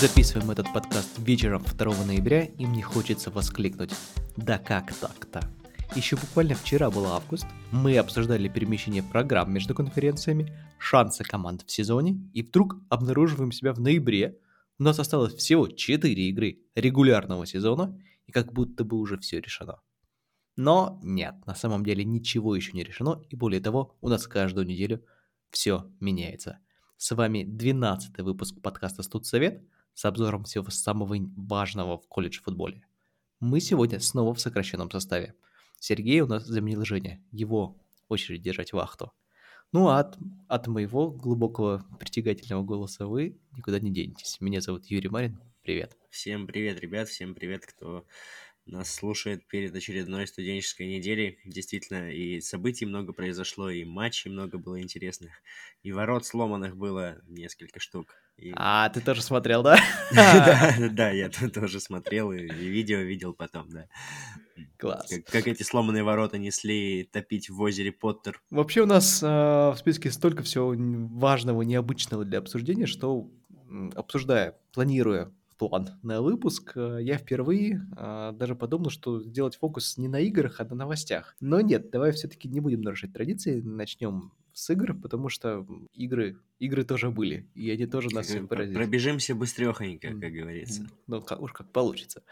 записываем этот подкаст вечером 2 ноября, и мне хочется воскликнуть: да как так-то? Еще буквально вчера был август, мы обсуждали перемещение программ между конференциями, шансы команд в сезоне, и вдруг обнаруживаем себя в ноябре. У нас осталось всего 4 игры регулярного сезона, и как будто бы уже все решено. Но нет, на самом деле ничего еще не решено, и более того, у нас каждую неделю все меняется. С вами 12-й выпуск подкаста «Студсовет» с обзором всего самого важного в колледж-футболе. Мы сегодня снова в сокращенном составе. Сергей у нас заменил Женя, его очередь держать вахту. Ну а от моего глубокого притягательного голоса вы никуда не денетесь. Меня зовут Юрий Марин, привет. Всем привет, ребят, всем привет, кто нас слушает перед очередной студенческой неделей. Действительно, и событий много произошло, и матчей много было интересных, и ворот сломанных было несколько штук. А, ты тоже смотрел, да? Да, я тоже смотрел и видео видел потом, да. Класс. Как эти сломанные ворота несли топить в озере Поттер. Вообще у нас в списке столько всего важного, необычного для обсуждения, что планируя план на выпуск, я впервые даже подумал, что сделать фокус не на играх, а на новостях. Но нет, давай все-таки не будем нарушать традиции, начнем с игр, потому что игры тоже были, и они тоже нас всех поразили. Пробежимся быстрехонько, как говорится. Ну, как получится.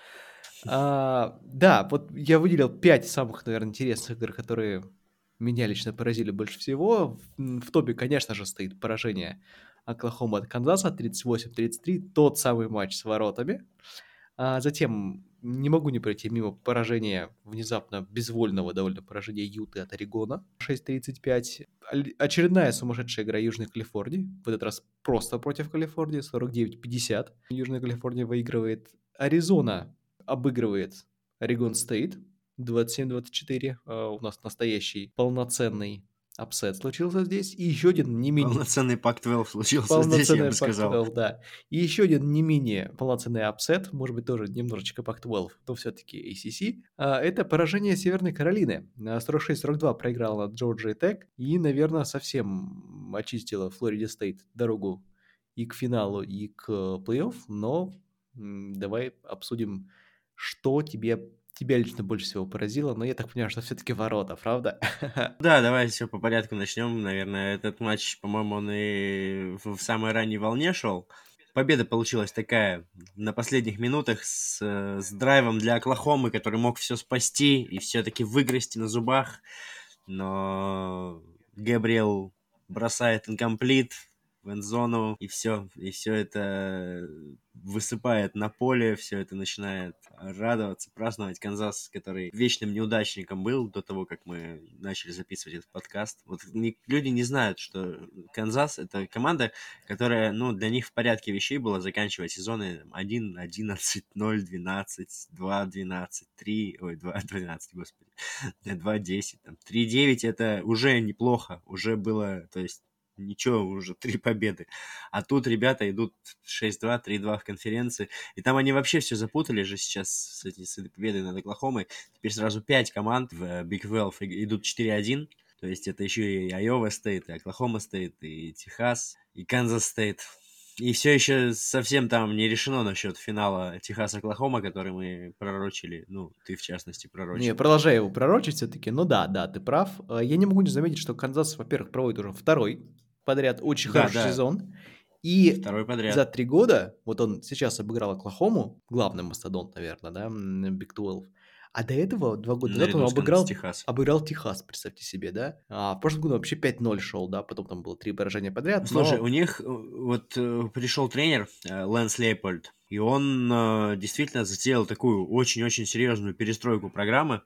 Да, вот я выделил 5 самых, наверное, интересных игр, которые меня лично поразили больше всего. В топе, конечно же, стоит поражение Оклахомы от Канзаса 38-33, тот самый матч с воротами. Затем не могу не пройти мимо поражения, внезапно безвольного довольно поражения Юты от Орегона 6-35. Очередная сумасшедшая игра Южной Калифорнии, в этот раз просто против Калифорнии, 49-50. Южная Калифорния выигрывает. Аризона обыгрывает Орегон Стейт 27-24. У нас настоящий полноценный апсет случился здесь. И еще один не менее... Полноценный Pac-12 случился здесь, я бы сказал. Pac-12, да. И еще один не менее полноценный апсет, может быть, тоже немножечко Pac-12, но все-таки ACC. Это поражение Северной Каролины. 46-42 проиграла Джорджия Тек и, наверное, совсем очистила Флорида Стейт дорогу и к финалу, и к плей-офф. Но давай обсудим, что тебя лично больше всего поразило, но я так понимаю, что все-таки ворота, правда? Да, давай все по порядку начнем. Наверное, этот матч, по-моему, он и в самой ранней волне шел. Победа получилась такая на последних минутах с драйвом для Оклахомы, который мог все спасти и все-таки выгрести на зубах. Но Габриэл бросает инкомплит в эндзону, и все это высыпает на поле, все это начинает радоваться, праздновать. Канзас, который вечным неудачником был до того, как мы начали записывать этот подкаст. Вот люди не знают, что Канзас — это команда, которая, ну, для них в порядке вещей было заканчивать сезоны 1-11, 0-12, 2-12, 3, ой, 2-12, господи, 2-10, там, 3-9 — это уже неплохо, уже было, то есть ничего, уже 3 победы. А тут ребята идут 6-2, 3-2 в конференции. И там они вообще все запутали же сейчас с этой победой над Оклахомой. Теперь сразу 5 команд в Big 12 идут 4-1. То есть это еще и Айова Стейт, и Оклахома Стейт, и Техас, и Канзас Стейт. И все еще совсем там не решено насчет финала Техас-Оклахома, который мы пророчили. Ну, ты в частности пророчил. Не, продолжай его пророчить все-таки. Ну да, ты прав. Я не могу не заметить, что Канзас, во-первых, проводит уже второй подряд очень хороший сезон. И второй подряд. За 3 года, вот он сейчас обыграл Оклахому, главный мастодонт, наверное, да, Big 12. А до этого, 2 года назад, он обыграл Техас, представьте себе, да. А в прошлом году вообще 5-0 шел, да, потом там было 3 поражения подряд. Слушай, у них вот пришел тренер Лэнс Лейпольд, и он действительно затеял такую очень-очень серьезную перестройку программы.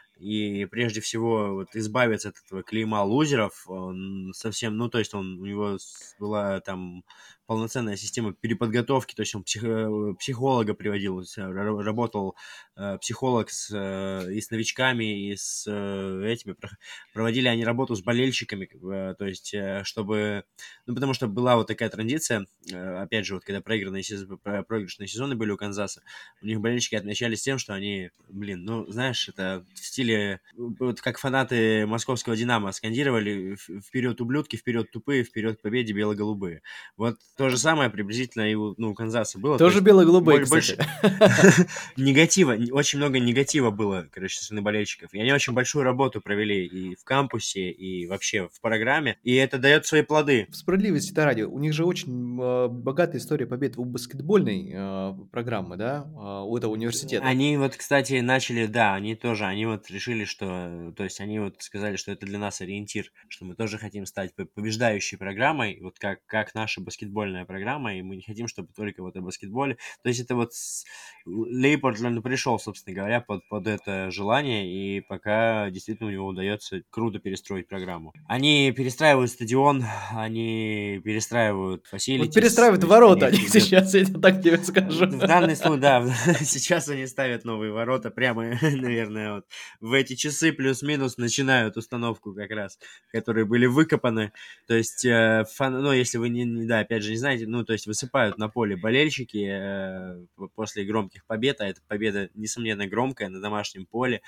И прежде всего вот избавиться от этого клейма лузеров, он совсем, ну, то есть у него была там полноценная система переподготовки, то есть он психолога приводил, работал психолог и с новичками, и с этими, проводили они работу с болельщиками, то есть чтобы, ну, потому что была вот такая традиция, опять же, вот когда проигрышные сезоны были у Канзаса, у них болельщики отмечались тем, что они, ну, знаешь, это в стиле, вот как фанаты московского «Динамо» скандировали: «Вперед, ублюдки, вперед, тупые, вперед к победе, бело-голубые». Вот То же самое приблизительно и у Канзаса было. То Тоже есть бело-голубые, больше кстати. негатива, очень много негатива было, короче, со стороны болельщиков. И они очень большую работу провели и в кампусе, и вообще в программе. И это дает свои плоды. В справедливости-то ради, у них же очень богатая история побед у баскетбольной программы, да, у этого университета. Они вот, кстати, начали, да, они вот решили, что, то есть они вот сказали, что это для нас ориентир, что мы тоже хотим стать побеждающей программой, вот как наша баскетбольная программа, и мы не хотим, чтобы только вот о баскетболе. То есть это вот Лейпортленд пришел, собственно говоря, под это желание, и пока действительно у него удается круто перестроить программу. Они перестраивают стадион, они перестраивают Вот facilities, перестраивают то есть у ворота них они идет сейчас, я тебе так тебе скажу. в данный случай, да, сейчас они ставят новые ворота прямо, наверное, вот в эти часы плюс-минус начинают установку как раз, которые были выкопаны. То есть, ну, если вы, да, опять же, не знаете, ну, то есть высыпают на поле болельщики после громких побед, а эта победа, несомненно, громкая на домашнем поле,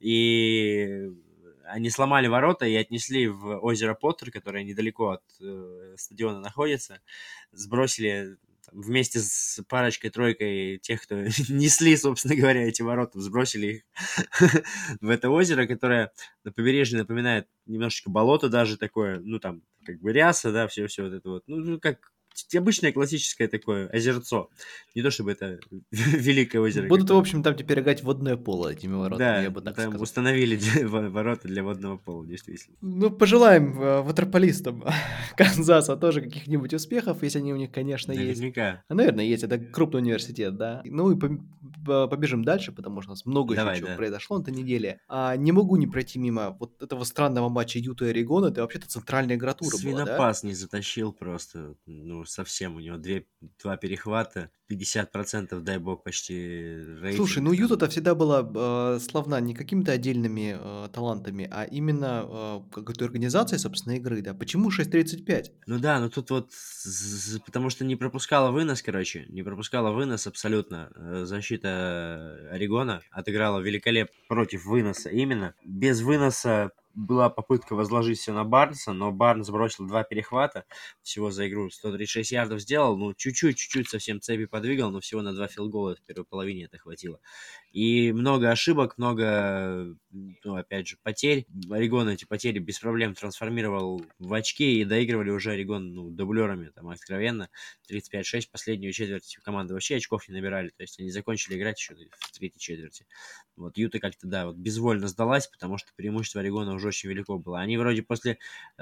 и они сломали ворота и отнесли в озеро Поттер, которое недалеко от стадиона находится, сбросили вместе с парочкой-тройкой тех, кто несли, собственно говоря, эти ворота, сбросили их в это озеро, которое на побережье напоминает немножечко болото даже такое, ну, там, как бы ряса, да, все вот это вот, ну, как обычное классическое такое озерцо. Не то чтобы это великое озеро Будут, в какое-то. общем, там теперь играть в водное поло этими воротами, я Да, бы так там сказал. установили ворота для водного пола, действительно. Ну, пожелаем ватерполистам Канзаса тоже каких-нибудь успехов, если они у них, конечно, есть. Наверняка. Наверное, есть. Это крупный университет, да. Ну и побежим дальше, потому что у нас много еще Давай, чего да. произошло на этой неделе. Не могу не пройти мимо вот этого странного матча Юта и Орегона. Это вообще-то центральная игра тура была, да? Свинопас не затащил просто, ну, совсем. У него два перехвата, 50%, дай бог, почти Слушай, рейтинг ну Юта-то там. всегда была славна не какими-то отдельными талантами, а именно какой-то организацией, собственно, игры, да. Почему 6:35? Ну да, но тут вот, потому что не пропускала вынос, короче, не пропускала вынос абсолютно. Защита Орегона отыграла великолепно против выноса именно. Без выноса была попытка возложить все на Барнса, но Барнс бросил два перехвата всего за игру. 136 ярдов сделал, ну, чуть-чуть совсем цепи подвигал, но всего на два филгола в первой половине это хватило. И много ошибок, много, ну, опять же, потерь. Орегон эти потери без проблем трансформировал в очки, и доигрывали уже Орегон, ну, дублерами, там, откровенно. 35-6, последнюю четверть команды вообще очков не набирали, то есть они закончили играть еще в третьей четверти. Вот Юта как-то, да, вот безвольно сдалась, потому что преимущество Орегона уже очень велико было. Они вроде после,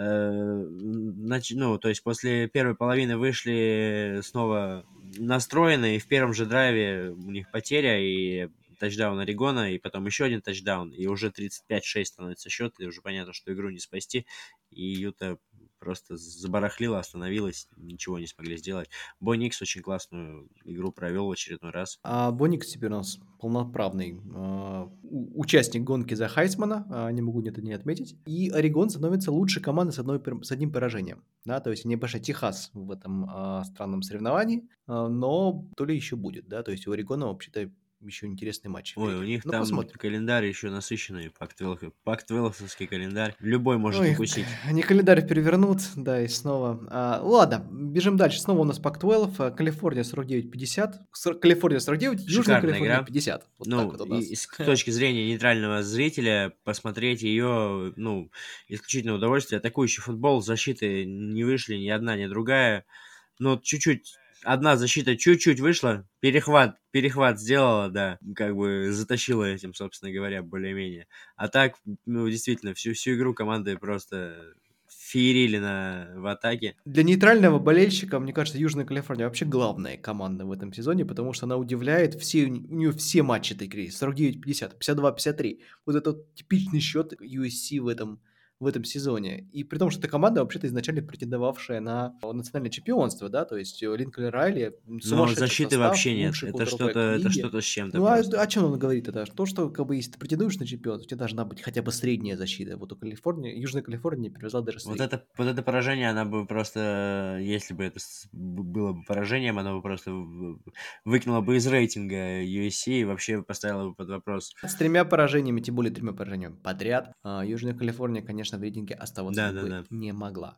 ну, то есть после первой половины вышли снова настроены, и в первом же драйве у них потеря, и тачдаун Орегона, и потом еще один тачдаун, и уже 35-6 становится счет, и уже понятно, что игру не спасти, и Юта просто забарахлила, остановилась, ничего не смогли сделать. Бо Никс очень классную игру провел в очередной раз. А Боникс теперь у нас полноправный участник гонки за Хайсмана, не могу это не отметить. И Орегон становится лучшей командой с одним поражением. Да, то есть они обошли Техас в этом странном соревновании, но то ли еще будет, да, то есть у Орегона вообще-то еще интересный матч Ой, у впереди. них Ну, там посмотрим. календарь еще насыщенный, Пак-12-овский календарь. Любой может Ой, укусить. они календарь перевернут, да, и снова. Ладно, бежим дальше. Снова у нас Пак-12, Калифорния 49-50. Калифорния 49, Южная Шикарная Калифорния игра. 50. Вот так Ну, вот у и нас. с точки зрения нейтрального зрителя, посмотреть ее, ну, исключительное удовольствие. Атакующий футбол, защиты не вышли ни одна, ни другая. Ну, чуть-чуть, одна защита чуть-чуть вышла, перехват сделала, да, как бы затащила этим, собственно говоря, более-менее. А так, ну, действительно, всю игру команды просто феерили в атаке. Для нейтрального болельщика, мне кажется, Южная Калифорния вообще главная команда в этом сезоне, потому что она удивляет. У нее все матчи этой игры. 49-50, 52-53. Вот это вот типичный счет USC в этом сезоне. И при том, что эта команда вообще-то изначально претендовавшая на национальное чемпионство, да, то есть Линкольн Райли, Но сумасшедший защиты состав, вообще нет. лучший квотербек в Это лиге. что-то с чем-то Ну, а просто. о чем он говорит это? То, что, как бы, если ты претендуешь на чемпионство, у тебя должна быть хотя бы средняя защита. Вот у Калифорнии, Южная Калифорния не привезла даже среднюю. Вот это поражение, она бы просто, если бы это было бы поражением, она бы просто выкинула бы из рейтинга USC и вообще поставила бы под вопрос. С тремя поражениями, тем более тремя поражениями подряд, Южная Калифорния, конечно, в рейтинге оставаться бы Да-да-да. не могла.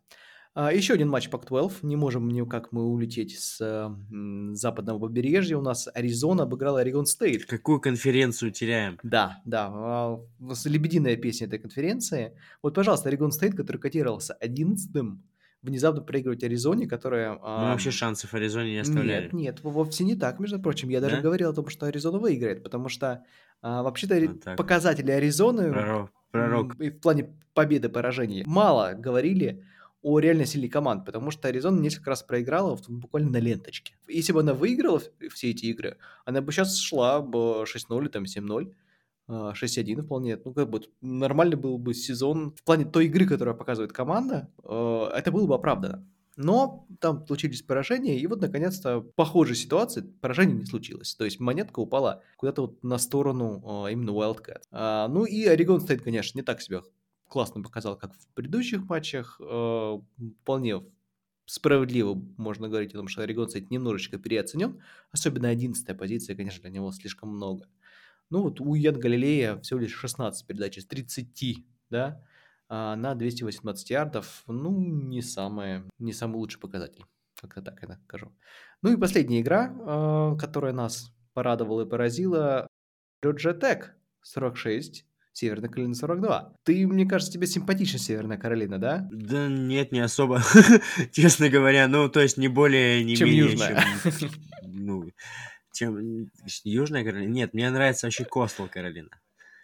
Еще один матч Pac-12. Не можем никак мы улететь с западного побережья. У нас Аризона обыграла Орегон Стейт. Какую конференцию теряем? Да, да, лебединая песня этой конференции. Вот, пожалуйста, Орегон Стейт, который котировался 11-м, внезапно проигрывать Аризоне, которая... Мы вообще шансов Аризоне не Нет, оставляли. нет, вовсе не так, между прочим. Я даже Да? говорил о том, что Аризона выиграет, потому что вообще-то Вот так. показатели Аризоны Пророк. и в плане победы-поражений мало говорили о реально сильной команде, потому что Аризона несколько раз проиграла буквально на ленточке. Если бы она выиграла все эти игры, она бы сейчас шла бы 6-0, там 7-0, 6-1 вполне. Ну, как бы нормальный был бы сезон. В плане той игры, которую показывает команда, это было бы оправдано. Но там случились поражения, и вот, наконец-то, похожей ситуации поражения не случилось. То есть монетка упала куда-то вот на сторону именно Wildcat. Ну и Орегон Стейт, конечно, не так себя классно показал, как в предыдущих матчах. Вполне справедливо можно говорить о том, что Орегон Стейт немножечко переоценен. Особенно 11-я позиция, конечно, для него слишком много. Ну вот у Ян Галилея всего лишь 16 передач из 30, да, на 218 ярдов. Ну, не самый лучший показатель. Как-то так я скажу. Ну и последняя игра, которая нас порадовала и поразила. Джорджия Тек 46, Северная Каролина 42. Ты, мне кажется, тебе симпатична Северная Каролина, да? Да нет, не особо, честно говоря. Ну, то есть не более, не Чем менее, Южная. ну, чем Южная Каролина. Нет, мне нравится вообще Костел Каролина.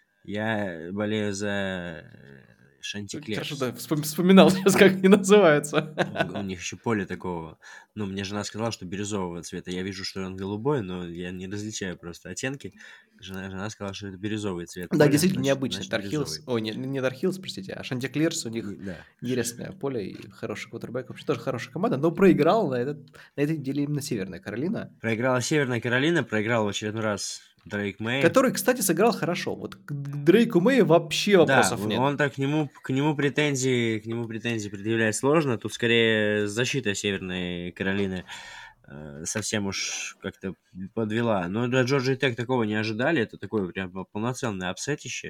Я болею за Хорошо, Шантиклерс. да, вспоминал сейчас, как они называются. У них еще поле такого. Ну, мне жена сказала, что бирюзового цвета. Я вижу, что он голубой, но я не различаю просто оттенки. Жена сказала, что это бирюзовый цвет Да, поля, действительно значит, необычно. значит Тархилс, бирюзовый. ой, не Тархилс, простите, а Шантиклерс, у них Да. интересное поле и хороший квотербек. Вообще тоже хорошая команда, но проиграл на этой неделе именно Северная Каролина, Проиграла Северная Каролина, проиграл в очередной раз Дрейк Мэй. который, кстати, сыграл хорошо. Вот к Дрейку Мэю вообще Да, вопросов нет. он так к нему претензии предъявлять сложно. Тут скорее защита Северной Каролины совсем уж как-то подвела. Но для Джорджии Тек такого не ожидали. Это такое прям полноценное апсетище.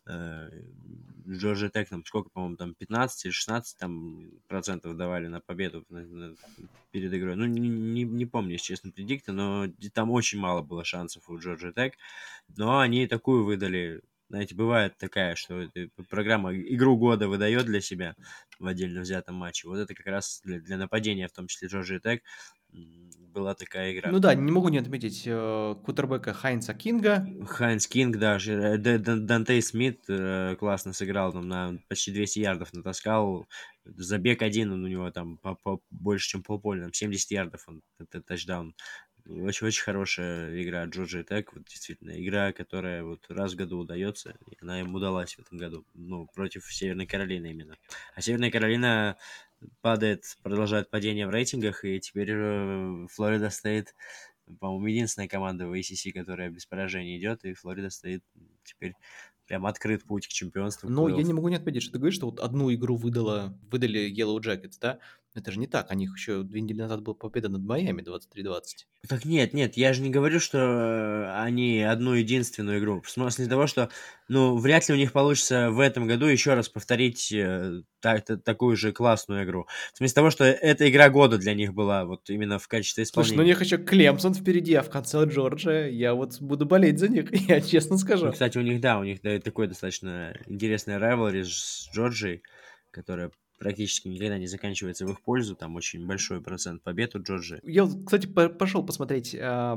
Джорджия Тек там сколько, по-моему, там 15 или 16 там, процентов давали на победу перед игрой. Ну, не помню, если честно, предикты, но там очень мало было шансов у Джорджия Тек. Но они такую выдали. Знаете, бывает такая, что программа игру года выдает для себя в отдельно взятом матче. Вот это как раз для нападения, в том числе Джорджия Тек, была такая игра. Ну да, не могу не отметить квотербека Хайнса Кинга. Хайнс Кинг, да, Дантей Смит классно сыграл, там на почти 200 ярдов натаскал. Забег один, он у него там больше, чем полполя, там 70 ярдов, это тачдаун. Очень-очень хорошая игра Джорджия Тек, вот действительно, игра, которая вот раз в году удается, и она им удалась в этом году, ну, против Северной Каролины именно. А Северная Каролина продолжает падение в рейтингах, и теперь Флорида Стейт, по-моему, единственная команда в ACC, которая без поражения идет, и Флорида Стейт теперь прям открыт путь к чемпионству. Но я не могу не отметить, что ты говоришь, что вот одну игру выдали Yellow Jackets, да? Это же не так, у них еще 2 недели назад была победа над Майами 23-20. Так нет, я же не говорю, что они одну единственную игру. В смысле того, что, ну, вряд ли у них получится в этом году еще раз повторить такую же классную игру. В смысле того, что эта игра года для них была, вот именно в качестве Слушай, ну у исполнения. них еще Клемсон впереди, а в конце Джорджия. Я вот буду болеть за них, я честно скажу. Ну, кстати, у них такой достаточно интересный rivalry с Джорджией, которая практически никогда не заканчивается в их пользу. Там очень большой процент побед у Джорджии. Я, кстати, пошел посмотреть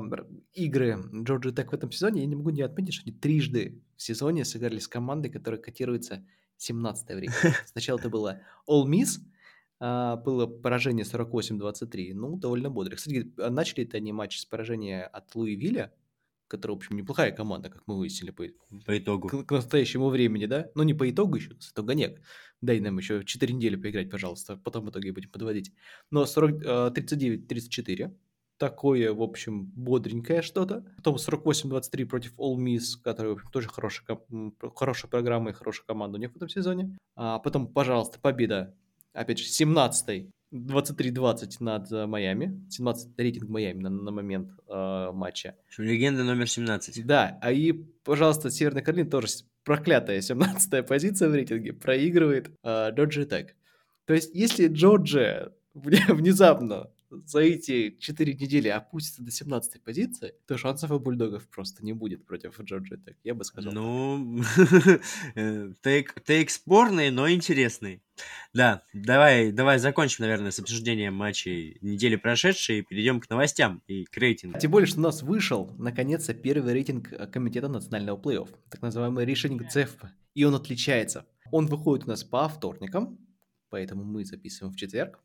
игры Джорджии Тек в этом сезоне. Я не могу не отметить, что они трижды в сезоне сыграли с командой, которая котируется 17-е в рейтинге. Сначала это было Ole Miss, было поражение 48-23, ну, довольно бодро. Кстати, начали это они матч с поражения от Луивилля, которая, в общем, неплохая команда, как мы выяснили По итогу. к настоящему времени, да? Ну, не по итогу еще, с итога нет. Дай нам еще 4 недели поиграть, пожалуйста, потом в итоге будем подводить. Но 39-34, такое, в общем, бодренькое что-то. Потом 48-23 против Ole Miss, которая, в общем, тоже хорошая программа и хорошая команда у них в этом сезоне. А потом, пожалуйста, победа, опять же, 17-й 23-20 над Майами. 17 рейтинг Майами на момент матча. Легенда номер 17. Да, пожалуйста, Северная Каролина тоже проклятая 17-я позиция в рейтинге, проигрывает Джорджия Тек. То есть, если Джорджия внезапно за эти 4 недели опустится до 17-й позиции, то шансов у бульдогов просто не будет против Джорджии. Так, я бы сказал так. Ну, тейк спорный, но интересный. Да, давай закончим, наверное, с обсуждением матчей недели прошедшей и перейдем к новостям и к рейтингу. Тем более, что у нас вышел, наконец-то, первый рейтинг Комитета национального плей-офф, так называемый рейтинг ЦЕФ, и он отличается. Он выходит у нас по вторникам, поэтому мы записываем в четверг.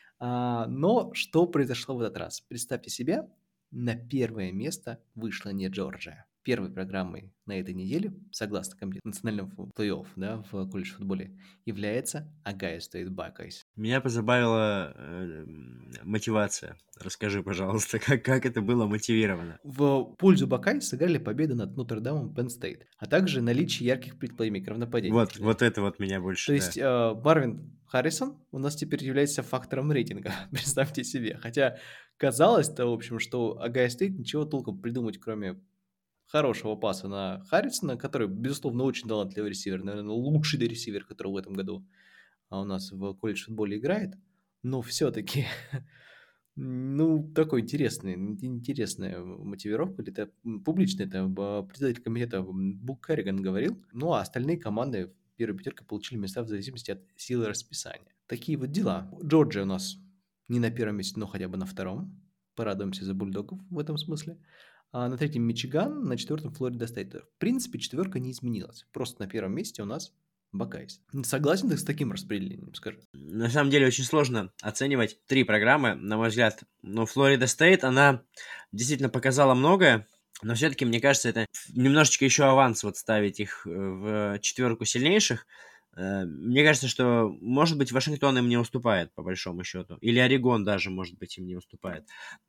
Но что произошло в этот раз? Представьте себе, на первое место вышла не Джорджия. Первой программой на этой неделе, согласно Комитету национального плей-офф, да, в колледж-футболе, является Ohio State Buckeyes. Меня позабавила мотивация. Расскажи, пожалуйста, как это было мотивировано. В пользу Buckeyes сыграли победы над Нотр-Дамом и Penn State, а также наличие ярких плеймейкеров нападения. Вот это вот меня То больше, да. есть Марвин Харрисон у нас теперь является фактором рейтинга, представьте себе. Хотя казалось-то, в общем, что Ohio State ничего толком придумать, кроме хорошего паса на Харрисона, который, безусловно, очень талантливый ресивер, наверное, лучший ресивер, который в этом году у нас в колледж-футболе играет. Но все-таки, ну, такой интересная мотивировка. Это публично, это председатель комитета Бук Керриган говорил. Ну, а остальные команды первой пятерки получили места в зависимости от силы расписания. Такие вот дела. Джорджия у нас не на первом месте, но хотя бы на втором. Порадуемся за бульдогов в этом смысле. А на третьем Мичиган, на четвертом Флорида Стейт. В принципе, четверка не изменилась. Просто на первом месте у нас Бакайс. Согласен ты с таким распределением, скажи? На самом деле очень сложно оценивать 3 программы, на мой взгляд. Но Флорида Стейт, она действительно показала многое, но все-таки, мне кажется, это немножечко еще аванс вот ставить их в четверку сильнейших. Мне кажется, что, может быть, Вашингтон им не уступает, по большому счету. Или Орегон даже, может быть, им не уступает.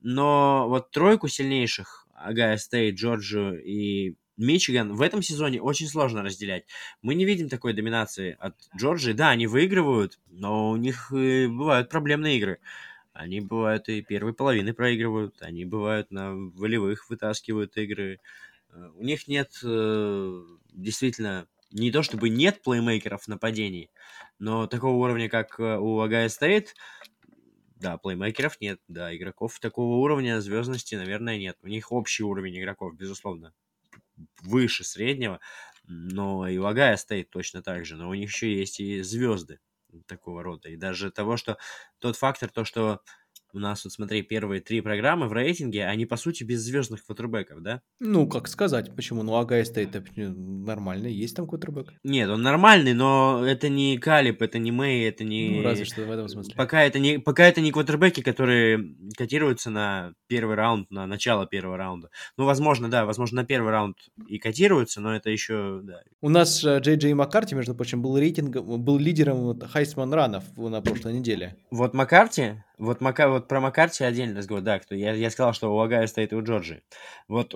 Но вот тройку сильнейших, Огайо Стейт, Джорджию и Мичиган, в этом сезоне очень сложно разделять. Мы не видим такой доминации от Джорджии. Да, они выигрывают, но у них бывают проблемные игры. Они бывают и первой половины проигрывают, они бывают на волевых вытаскивают игры. У них нет действительно, не то чтобы нет плеймейкеров в нападении, но такого уровня, как у Огайо Стейт, да, плеймейкеров нет, да, игроков такого уровня звездности, наверное, нет. У них общий уровень игроков, безусловно, выше среднего, но и у Огайо Стейт точно так же, но у них еще есть и звезды такого рода. И даже того, что тот фактор, то, что у нас, вот смотри, первые 3 программы в рейтинге, они, по сути, без звездных квотербеков, да? Ну, как сказать, почему? Ну, Огайо Стейт нормально, есть там квотербек. Нет, он нормальный, но это не Калиб, это не Мэй, это Ну, разве не... что в этом смысле. Пока это не квотербеки, которые котируются на первый раунд, на начало первого раунда. Ну, возможно, да, возможно, на первый раунд и котируются, но это еще, да. У нас Джей Джей Маккарти, между прочим, был лидером Хайсман ранов на прошлой неделе. Вот Маккарти, вот про Маккарти отдельный разговор, да, я сказал, что у Огайо стоит и у Джорджии. Вот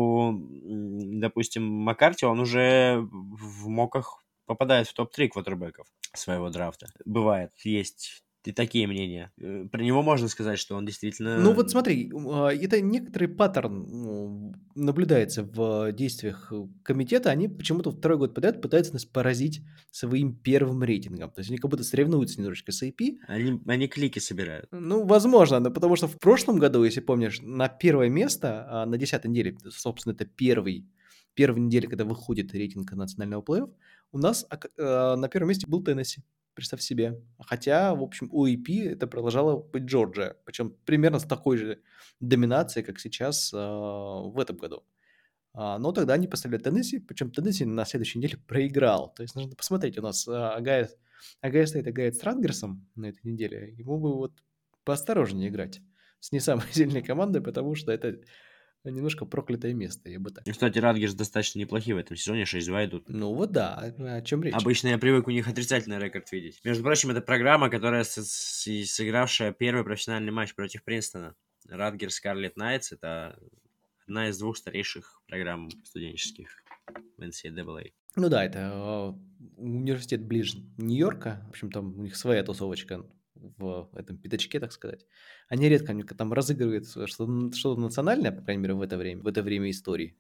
допустим, Маккарти, он уже в моках попадает в топ-3 квотербеков своего драфта. Бывает, есть и такие мнения. Про него можно сказать, что он действительно... Ну вот смотри, это некоторый паттерн наблюдается в действиях комитета. Они почему-то второй год подряд пытаются нас поразить своим первым рейтингом. То есть они как будто соревнуются немножечко с AP. Они клики собирают. Ну, возможно, но потому что в прошлом году, если помнишь, на первое место, на 10-й неделе, собственно, это первая неделя, когда выходит рейтинг национального плей-офф, у нас на первом месте был Теннесси. Представь себе. Хотя, в общем, у AP это продолжала быть Джорджия. Причем примерно с такой же доминацией, как сейчас в этом году. Но тогда они поставили Теннесси, причем Теннесси на следующей неделе проиграл. То есть нужно посмотреть, у нас Огайо Стейт играет с Ратгерсом на этой неделе. Ему бы вот поосторожнее играть с не самой сильной командой, потому что это немножко проклятое место, я бы так. И, кстати, Радгерс достаточно неплохие в этом сезоне, 6-2 идут. Ну вот да, о чем речь? Обычно я привык у них отрицательный рекорд видеть. Между прочим, это программа, которая сыгравшая первый профессиональный матч против Принстона. Радгерс Скарлетт Найтс — это одна из 2 старейших программ студенческих в NCAA. Ну да, это университет ближе Нью-Йорка. В общем, там у них своя тусовочка в этом пятачке, так сказать. Они редко там разыгрывают что-то национальное, по крайней мере, в это время истории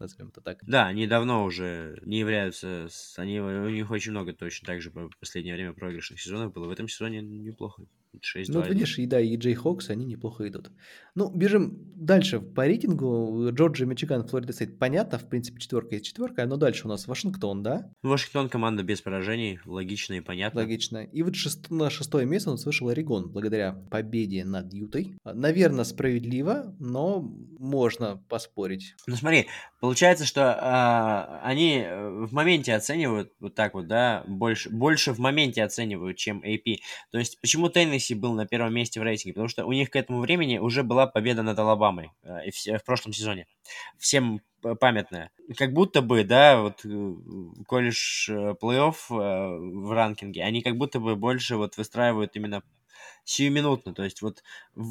назовем это так. Да, они давно уже не являются... у них очень много точно так же в последнее время проигрышных сезонов было. В этом сезоне неплохо. Ну, вот 6-2 идут. видишь, и да, и Джей Хокс, они неплохо идут. Ну, бежим дальше по рейтингу. Джорджия, Мичиган, Флорида Стейт. Понятно, в принципе, четверка есть четверка, но дальше у нас Вашингтон, да? Вашингтон команда без поражений, логично и понятно. Логично. И вот на шестое место у нас вышел Орегон, благодаря победе над Ютой. Наверное, справедливо, но можно поспорить. Ну смотри, получается, что они в моменте оценивают вот так вот, да, больше в моменте оценивают, чем AP. То есть почему Теннесси был на первом месте в рейтинге? Потому что у них к этому времени уже была победа над Алабамой в прошлом сезоне. Всем памятная. Как будто бы, да, вот колледж плей-офф в ранкинге, они как будто бы больше вот выстраивают именно сиюминутно. То есть вот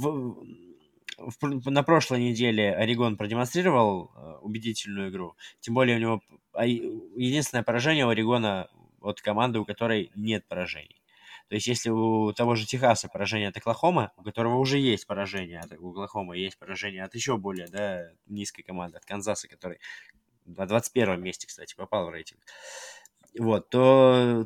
на прошлой неделе Орегон продемонстрировал убедительную игру. Тем более у него единственное поражение у Орегона от команды, у которой нет поражений. То есть если у того же Техаса поражение от Оклахомы, у которого уже есть поражение от Оклахомы, есть поражение от еще более, да, низкой команды, от Канзаса, который на 21 месте, кстати, попал в рейтинг. Вот, то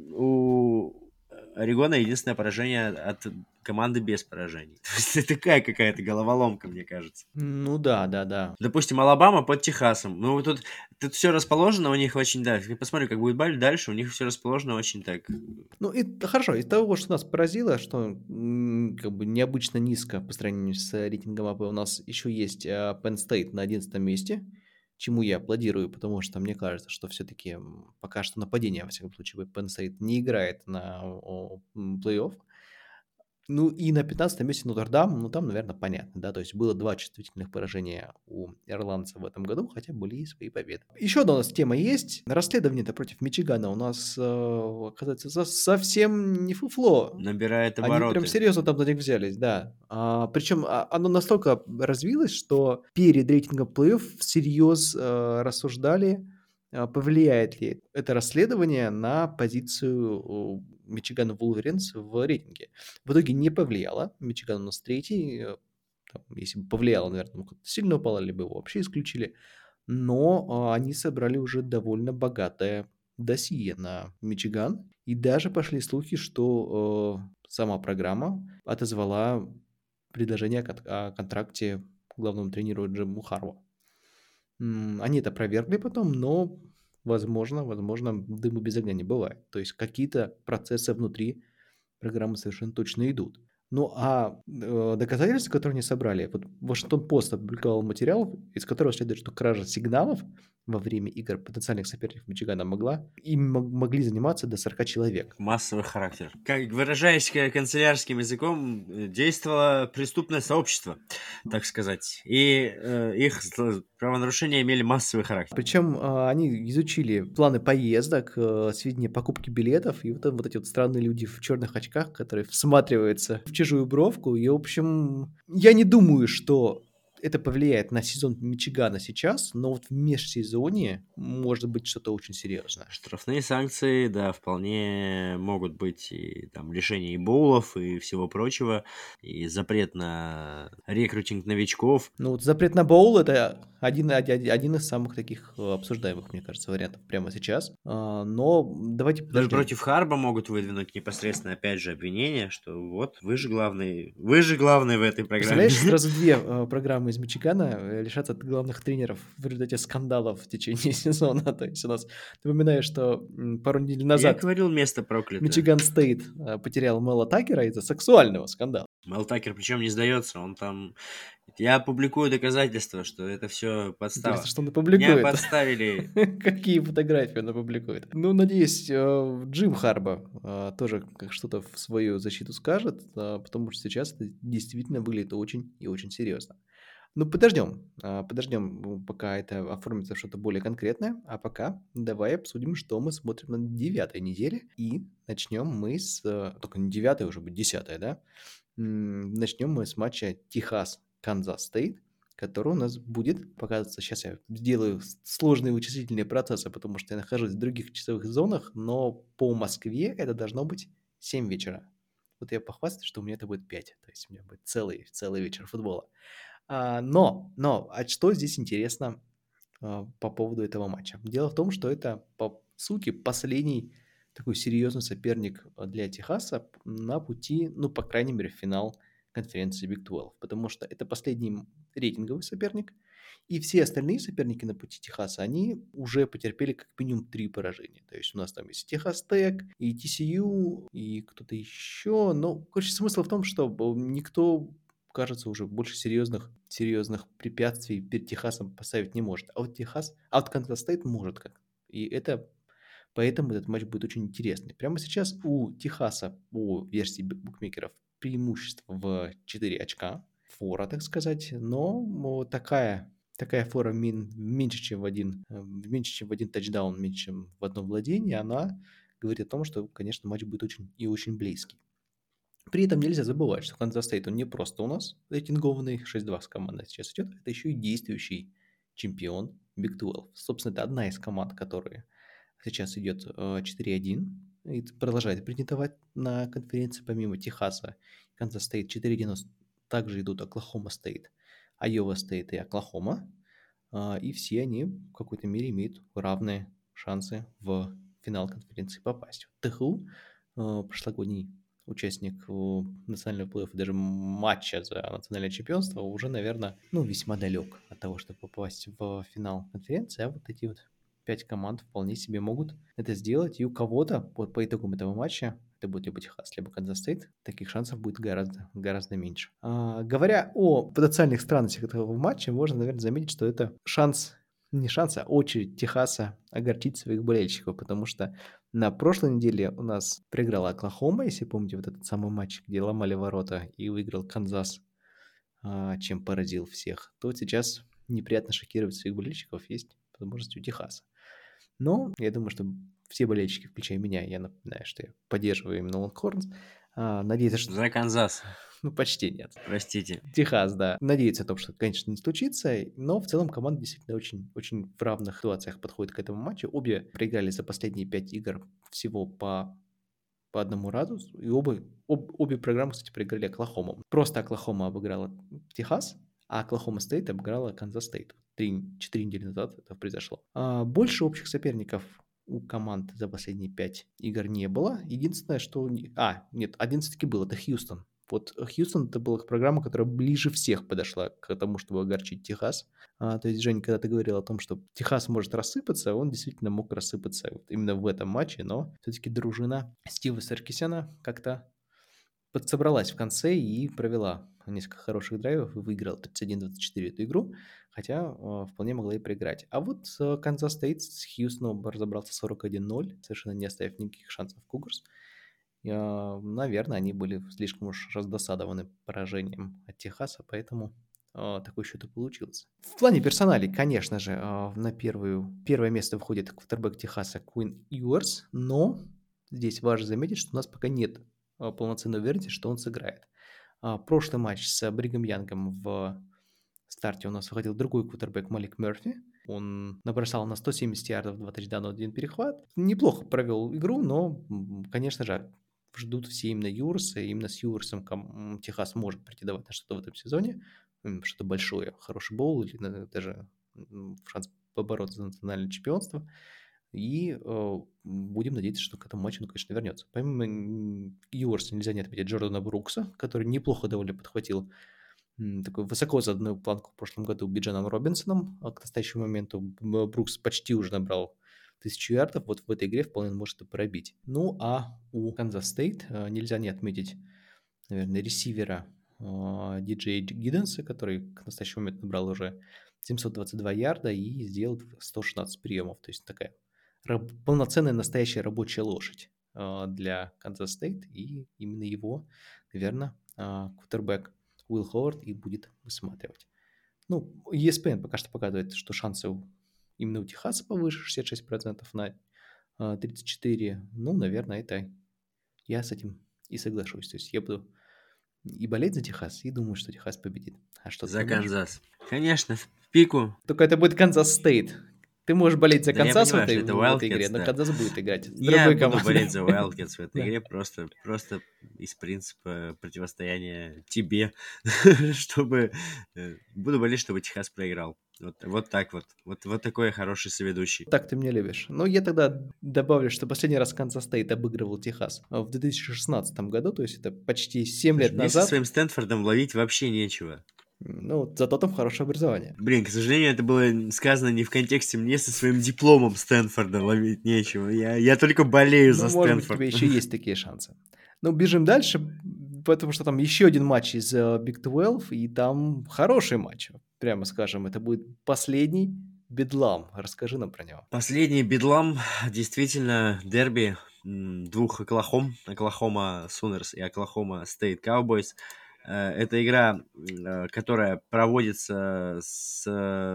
у Орегона единственное поражение от команды без поражений. То есть это такая какая-то головоломка, мне кажется. Ну да, да, да. Допустим, Алабама под Техасом. Ну, вот тут все расположено у них очень, да. Посмотрю, как будет дальше, у них все расположено очень так. Ну, это хорошо. Из того, что нас поразило, что как бы необычно низко по сравнению с рейтингом АП, у нас еще есть Penn State на 11 месте, чему я аплодирую, потому что мне кажется, что все-таки пока что нападение, во всяком случае, Penn State не играет на плей-офф. Ну и на 15 месте Нотр-Дам, ну там, наверное, понятно, да, то есть было 2 чувствительных поражения у ирландцев в этом году, хотя были и свои победы. Еще одна у нас тема есть. Расследование-то против Мичигана у нас, оказывается, совсем не фуфло. Набирает Они прям обороты. серьезно там за них взялись, да. Причем оно настолько развилось, что перед рейтингом плей-офф всерьез рассуждали, повлияет ли это расследование на позицию Мичигана Вулверинс в рейтинге. В итоге не повлияло. Мичиган у нас третий. Там, если бы повлияло, наверное, сильно упало, либо его вообще исключили. Но они собрали уже довольно богатое досье на Мичиган. И даже пошли слухи, что сама программа отозвала предложение о контракте главному тренеру Джиму Харву. Они это опровергли потом, но, возможно, дыму без огня не бывает. То есть какие-то процессы внутри программы совершенно точно идут. Ну, доказательства, которые они собрали, вот Вашингтон-Пост опубликовал материал, из которого следует, что кража сигналов во время игр потенциальных соперников Мичигана могли заниматься до 40 человек. Массовый характер. Как выражаясь канцелярским языком, действовало преступное сообщество, так сказать. И их правонарушения имели массовый характер. Причем они изучили планы поездок, сведения покупки билетов, и вот эти вот странные люди в черных очках, которые всматриваются в чужую бровку. И, в общем, я не думаю, что это повлияет на сезон Мичигана сейчас, но вот в межсезонье может быть что-то очень серьезное. Штрафные санкции, да, вполне могут быть и там лишение и боулов, и всего прочего, и запрет на рекрутинг новичков. Ну вот запрет на боул — это один из самых таких обсуждаемых, мне кажется, вариантов прямо сейчас. Но давайте Даже подождем. против Харба могут выдвинуть непосредственно, опять же, обвинение, что вот вы же главный в этой программе. Представляешь, сразу две программы из Мичигана лишатся от главных тренеров в результате скандалов в течение сезона. То есть у нас, напоминаю, что пару недель Я назад говорил, место проклято. Мичиган Стейт потерял Мэла Такера из-за сексуального скандала. Мел Такер причем не сдается, он там... Я публикую доказательства, что это все подстава. Интересно, что он Меня опубликует. подставили. Какие фотографии он опубликует. Ну, надеюсь, Джим Харба тоже как что-то в свою защиту скажет, потому что сейчас это действительно выглядит очень и очень серьезно. Ну, подождем, пока это оформится что-то более конкретное, а пока давай обсудим, что мы смотрим на 9-й неделе, и начнем мы только не 9-й, уже будет 10-я, да? Начнем мы с матча Техас-Канзас Стейт, который у нас будет показываться. Сейчас я сделаю сложные вычислительные процессы, потому что я нахожусь в других часовых зонах, но по Москве это должно быть 7 вечера. Вот я похвастаюсь, что у меня это будет 5, то есть у меня будет целый вечер футбола. А что здесь интересно по поводу этого матча. Дело в том, что это, по сути, последний такой серьезный соперник для Техаса на пути, ну, по крайней мере, в финал конференции Big 12, потому что это последний рейтинговый соперник, и все остальные соперники на пути Техаса, они уже потерпели как минимум 3 поражения. То есть у нас там есть Техас Тек, и TCU, и кто-то еще. Но, короче, смысл в том, что никто, кажется, уже больше серьезных препятствий перед Техасом поставить не может. А вот Канзас Стейт может как. И это поэтому этот матч будет очень интересный. Прямо сейчас у Техаса по версии букмекеров преимущество в 4 очка. Фора, так сказать. Но такая фора меньше, чем в один тачдаун, меньше, чем в одно владение, она говорит о том, что, конечно, матч будет очень и очень близкий. При этом нельзя забывать, что Канзас Стейт, он не просто у нас рейтингованный, 6-2 с командой сейчас идет, это еще и действующий чемпион Big 12. Собственно, это одна из команд, которые сейчас идет 4-1 и продолжает претендовать на конференции помимо Техаса. Канзас Стейт 4-1, также идут Оклахома Стейт, Айова Стейт и Оклахома. И все они в какой-то мере имеют равные шансы в финал конференции попасть. ТХУ, прошлогодний участник национального плей-оффа, даже матча за национальное чемпионство, уже, наверное, весьма далек от того, чтобы попасть в финал конференции, а вот эти вот 5 команд вполне себе могут это сделать, и у кого-то по итогам этого матча, это будет либо Техас, либо Канзас Стейт, таких шансов будет гораздо меньше. Говоря о потенциальных странностях этого матча, можно, наверное, заметить, что это не шанс, а очередь Техаса огорчить своих болельщиков, потому что на прошлой неделе у нас проиграла Оклахома, если помните, вот этот самый матч, где ломали ворота и выиграл Канзас, чем поразил всех, то сейчас неприятно шокировать своих болельщиков есть возможность у Техаса. Но я думаю, что все болельщики, включая меня, я напоминаю, что я поддерживаю именно Лонгхорнс, надеюсь, что... За Канзас. Почти нет. Простите. Техас, да. Надеется о том, что, конечно, не случится, но в целом команда действительно очень, очень в равных ситуациях подходит к этому матчу. Обе проиграли за последние 5 игр всего по одному разу, и обе программы, кстати, проиграли Оклахому. Просто Оклахома обыграла Техас, а Оклахома Стейт обыграла Канзас Стейт. 4 недели назад это произошло. Больше общих соперников у команд за последние 5 игр не было. Единственное, что... нет, один все-таки был, это Хьюстон. Вот Хьюстон — это была программа, которая ближе всех подошла к тому, чтобы огорчить Техас. То есть, Жень, когда ты говорил о том, что Техас может рассыпаться, он действительно мог рассыпаться вот именно в этом матче, но все-таки дружина Стива Саркисяна как-то подсобралась в конце и провела несколько хороших драйвов и выиграла 31-24 эту игру, хотя вполне могла и проиграть. А вот Канзас Стейт с Хьюстоном разобрался 41-0, совершенно не оставив никаких шансов Кугурс. Наверное, они были слишком уж раздосадованы поражением от Техаса, поэтому такой счет и получился. В плане персоналей, конечно же, на первое место выходит квотербек Техаса Куин Юарс, но здесь важно заметить, что у нас пока нет полноценной уверенности, что он сыграет. Прошлый матч с Бригом Янгом в старте у нас выходил другой квотербек Малик Мерфи. Он набросал на 170 ярдов, 2 тачдауна, 1 перехват. Неплохо провел игру, но, конечно же, ждут все именно Юрса. Именно с Юрсом Техас может претендовать на что-то в этом сезоне. Что-то большое, хороший боул или даже шанс побороться за национальное чемпионство. И будем надеяться, что к этому матчу он, конечно, вернется. Помимо Юрса нельзя не отметить Джордана Брукса, который неплохо довольно подхватил такой высоко заданную планку в прошлом году Биджаном Робинсоном. А к настоящему моменту Брукс почти уже набрал 1000 ярдов. Вот в этой игре вполне он может и пробить. Ну, а у Канзас Стейт нельзя не отметить, наверное, ресивера Диджея Гидденса, который к настоящему моменту набрал уже 722 ярда и сделал 116 приемов. То есть такая полноценная настоящая рабочая лошадь для Канзас Стейт. И именно его, наверное, квотербек Уилл Ховард и будет высматривать. Ну, ESPN пока что показывает, что шансы именно у Техаса повыше, 66% на 34%. Ну, наверное, это я с этим и соглашусь. То есть я буду и болеть за Техас, и думаю, что Техас победит. А что за Канзас? Конечно, в пику. Только это будет Канзас Стейт. Ты можешь болеть за Канзас в этой игре, но Канзас будет играть с я другой буду командой. болеть за Wildcats в этой игре просто из принципа противостояния тебе, чтобы... Буду болеть, чтобы Техас проиграл. Вот так вот. Вот такой хороший соведущий. Так ты меня любишь. Ну, я тогда добавлю, что последний раз Канзас Стейт обыгрывал Техас в 2016 году, то есть это почти 7 Слушай, лет мне со назад. своим Стэнфордом ловить вообще нечего. Ну, зато там хорошее образование. Блин, к сожалению, это было сказано не в контексте «мне со своим дипломом Стэнфорда ловить нечего». Я только болею Ну, за может быть, у Стэнфорд. тебя еще есть такие шансы. Ну, бежим дальше, потому что там еще один матч из Big 12, и там хороший матч, прямо скажем. Это будет последний бедлам. Расскажи нам про него. Последний бедлам, действительно, дерби двух Оклахом, Оклахома Сунерс и Оклахома Стейт Cowboys. Это игра, которая проводится с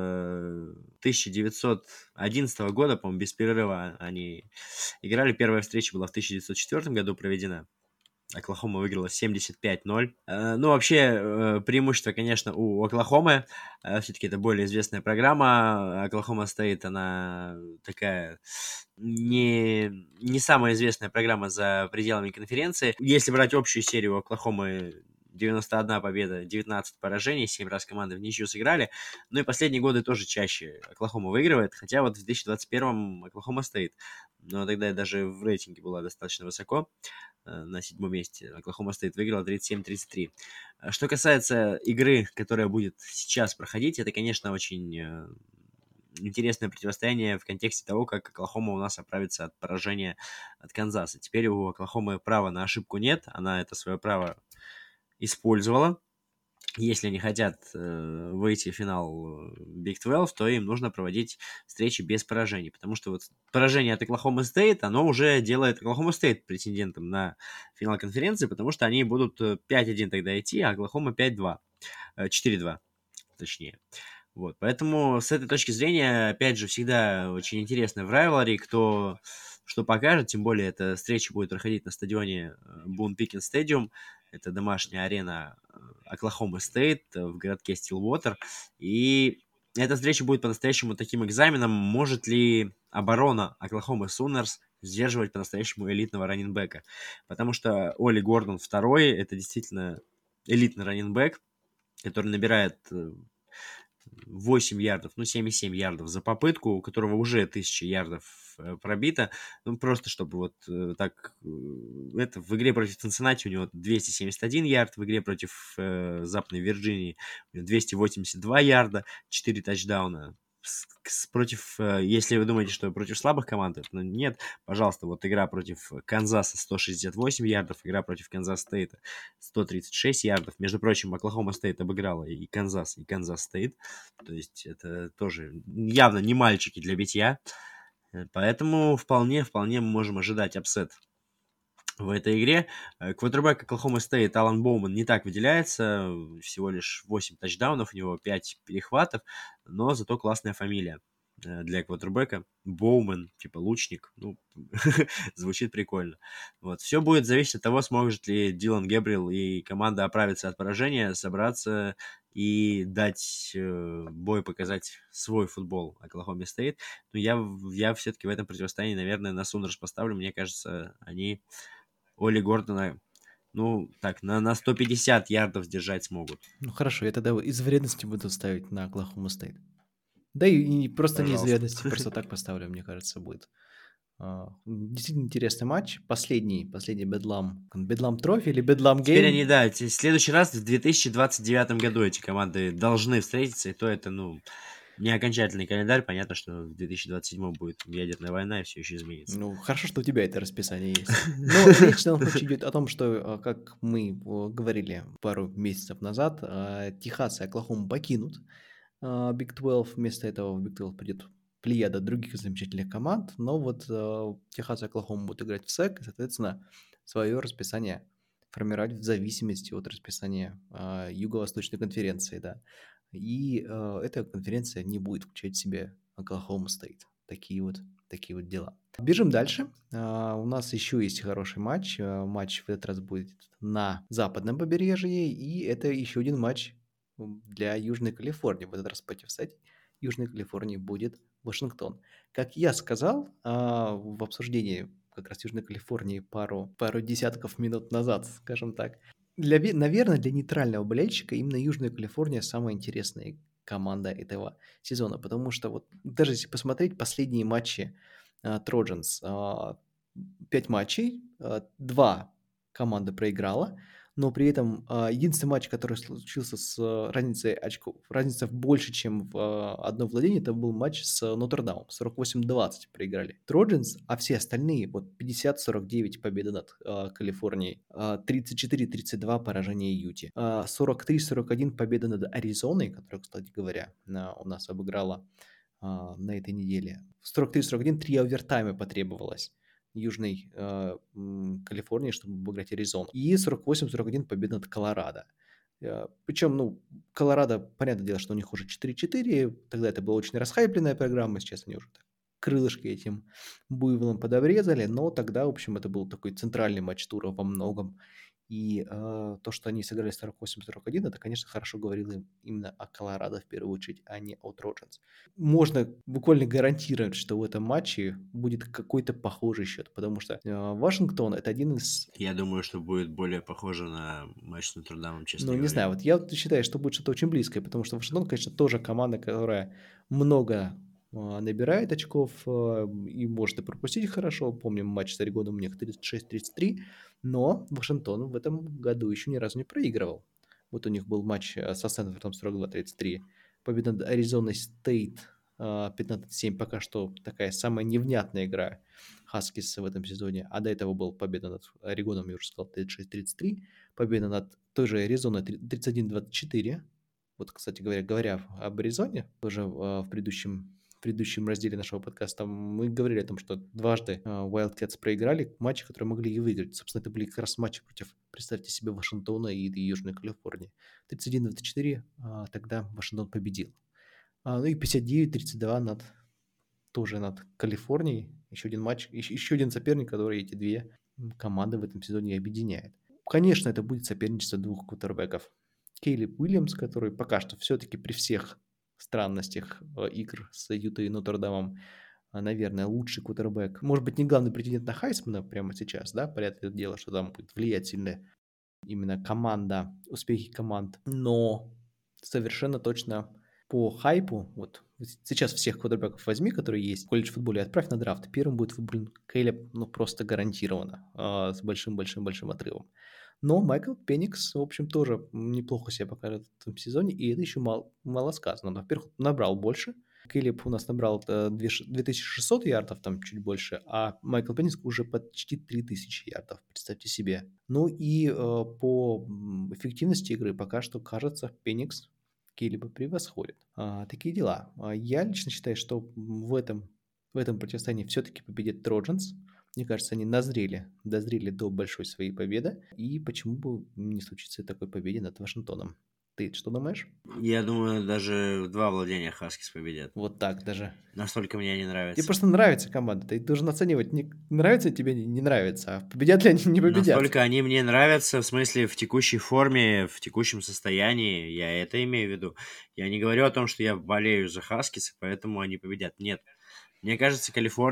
1911 года, по-моему, без перерыва они играли. Первая встреча была в 1904 году проведена. Оклахома выиграла 75-0. Ну, вообще, преимущество, конечно, у Оклахомы. Все-таки это более известная программа. Оклахома стоит, она такая не самая известная программа за пределами конференции. Если брать общую серию Оклахомы, 91 победа, 19 поражений, 7 раз команды в ничью сыграли. Ну и последние годы тоже чаще Оклахома выигрывает, хотя вот в 2021 Оклахома стоит. Но тогда даже в рейтинге была достаточно высоко, на 7-м месте. Оклахома Стейт выиграла 37-33. Что касается игры, которая будет сейчас проходить, это, конечно, очень интересное противостояние в контексте того, как Оклахома у нас оправится от поражения от Канзаса. Теперь у Оклахомы права на ошибку нет, она это свое право использовала. Если они хотят выйти в финал Big 12, то им нужно проводить встречи без поражений, потому что вот поражение от Оклахома Стейт, оно уже делает Оклахома Стейт претендентом на финал конференции, потому что они будут 5-1 тогда идти, а Оклахома 5-2, 4-2 точнее. Вот, поэтому с этой точки зрения, опять же, всегда очень интересно в райвелари, кто что покажет, тем более эта встреча будет проходить на стадионе Boone Pickens Stadium, это домашняя арена Оклахома Стейт в городке Стилвотер, и эта встреча будет по-настоящему таким экзаменом, может ли оборона Оклахомы Сунерс сдерживать по-настоящему элитного раннинбека, потому что Оли Гордон второй, это действительно элитный раннинбек, который набирает 8 ярдов, ну 7,7 ярдов за попытку, у которого уже 1000 ярдов пробито. Ну, просто чтобы вот так... это в игре против Цинциннати у него 271 ярд, в игре против Западной Вирджинии 282 ярда, 4 тачдауна. Против, если вы думаете, что против слабых команд, это нет, пожалуйста, вот игра против Канзаса 168 ярдов, игра против Канзас Стейта 136 ярдов. Между прочим, Оклахома Стейт обыграла и Канзас Стейт. То есть это тоже явно не мальчики для битья. Поэтому вполне мы можем ожидать апсет в этой игре. Квотербек Оклахома Стейт Алан Боуман не так выделяется. Всего лишь 8 тачдаунов, у него 5 перехватов, но зато классная фамилия для квотербека. Боуман, типа лучник. Ну, звучит прикольно. Вот. Все будет зависеть от того, сможет ли Дилан Гэбриэл и команда оправиться от поражения, собраться и дать бой, показать свой футбол Оклахоме Стейт. Но я все-таки в этом противостоянии, наверное, на Сунерс поставлю. Мне кажется, они Оли Гордона, ну, так, на 150 ярдов сдержать смогут. Ну, хорошо, я тогда из вредности буду ставить на Оклахома Стейт. Да и просто не из Пожалуйста. вредности, просто так поставлю, мне кажется, будет. Действительно интересный матч. Последний Бедлам. Бедлам Трофи или Бедлам Теперь они, Гейм? да, в следующий раз в 2029 году эти команды должны встретиться, и то это, ну, не окончательный календарь. Понятно, что в 2027 будет ядерная война, и все еще изменится. Ну, хорошо, что у тебя это расписание есть. Но речь в данном случае идет о том, что, как мы говорили пару месяцев назад, Техас и Оклахома покинут Big 12. Вместо этого в Big 12 придет плеяда других замечательных команд. Но вот Техас и Оклахома будут играть в СЭК, и, соответственно, свое расписание формировать в зависимости от расписания Юго-Восточной конференции, да. И эта конференция не будет включать в себя Оклахома Стейт. Такие вот дела. Бежим дальше. У нас еще есть хороший матч. Матч в этот раз будет на западном побережье, и это еще один матч для Южной Калифорнии. В этот раз против, кстати, Южной Калифорнии будет Вашингтон. Как я сказал в обсуждении как раз Южной Калифорнии пару десятков минут назад, скажем так, наверное, для нейтрального болельщика именно Южная Калифорния самая интересная команда этого сезона, потому что вот даже если посмотреть последние матчи Trojans, 5 матчей, 2 команда проиграла, но при этом единственный матч, который случился с разницей очков, разница в больше, чем в одно владение, это был матч с Нотр-Дамом, 48-20 проиграли Trojans, а все остальные, вот 50-49 победы над Калифорнией, 34-32 поражение Юти, 43-41 победа над Аризоной, которая, кстати говоря, у нас обыграла на этой неделе. 43-41, 3 овертайма потребовалось Южной Калифорнии, чтобы обыграть Аризону. И 48-41 победа над Колорадо. Причем, ну, Колорадо, понятное дело, что у них уже 4-4, тогда это была очень расхайпленная программа, сейчас они уже так крылышки этим буйволом подобрезали, но тогда, в общем, это был такой центральный матч тура во многом. И то, что они сыграли 48-41, это, конечно, хорошо говорило именно о Колорадо в первую очередь, а не о Трojans. Можно буквально гарантировать, что в этом матче будет какой-то похожий счет, потому что Вашингтон – это один из... Я думаю, что будет более похоже на матч с Нотр-Дамом, честно Ну, не говоря. знаю, вот я вот считаю, что будет что-то очень близкое, потому что Вашингтон, конечно, тоже команда, которая много набирает очков и может и пропустить хорошо. Помним матч с Орегоном у них 36-33, но Вашингтон в этом году еще ни разу не проигрывал. Вот у них был матч со Стэнфордом 42-33, победа над Аризоной Стейт 15-7, пока что такая самая невнятная игра Хаскис в этом сезоне, а до этого был победа над Орегоном, я уже сказал, 36-33, победа над той же Аризоной 31-24. Вот, кстати говоря об Аризоне, тоже в предыдущем разделе нашего подкаста мы говорили о том, что дважды Wildcats проиграли матчи, которые могли и выиграть. Собственно, это были как раз матчи против, представьте себе, Вашингтона и Южной Калифорнии. 31-24 тогда Вашингтон победил. Ну и 59-32 тоже над Калифорнией. Еще один матч, еще один соперник, который эти две команды в этом сезоне объединяет. Конечно, это будет соперничество двух квотербеков. Кейлип Уильямс, который пока что все-таки при всех странностях игр с Ютой и Нотр-Дамом, наверное, лучший квотербек. Может быть, не главный претендент на Хайсмана прямо сейчас, да, понятное дело, что там будет влиять сильно именно команда, успехи команд, но совершенно точно по хайпу, вот сейчас всех квотербеков возьми, которые есть в колледж-футболе, отправь на драфт. Первым будет выбран Кейлеб, ну, просто гарантированно, с большим-большим-большим отрывом. Но Майкл Пеникс, в общем, тоже неплохо себя покажет в этом сезоне, и это еще мало сказано. Во-первых, набрал больше. Кейлеб у нас набрал 2600 ярдов, там чуть больше, а Майкл Пеникс уже почти 3000 ярдов, представьте себе. Ну и по эффективности игры пока что, кажется, Пеникс Кейлеба превосходит. Такие дела. Я лично считаю, что в этом противостоянии все-таки победит Trojans. Мне кажется, они дозрели до большой своей победы. И почему бы не случиться такой победе над Вашингтоном? Ты что думаешь? Я думаю, даже в 2 владения Хаскис победят. Вот так даже. Настолько мне они Тебе нравятся. просто нравится команда. Ты должен оценивать, нравится тебе, не нравится. А победят ли они, не победят. Настолько они мне нравятся, в смысле, в текущей форме, в текущем состоянии. Я это имею в виду. Я не говорю о том, что я болею за Хаскис, поэтому они победят. Нет. Мне кажется,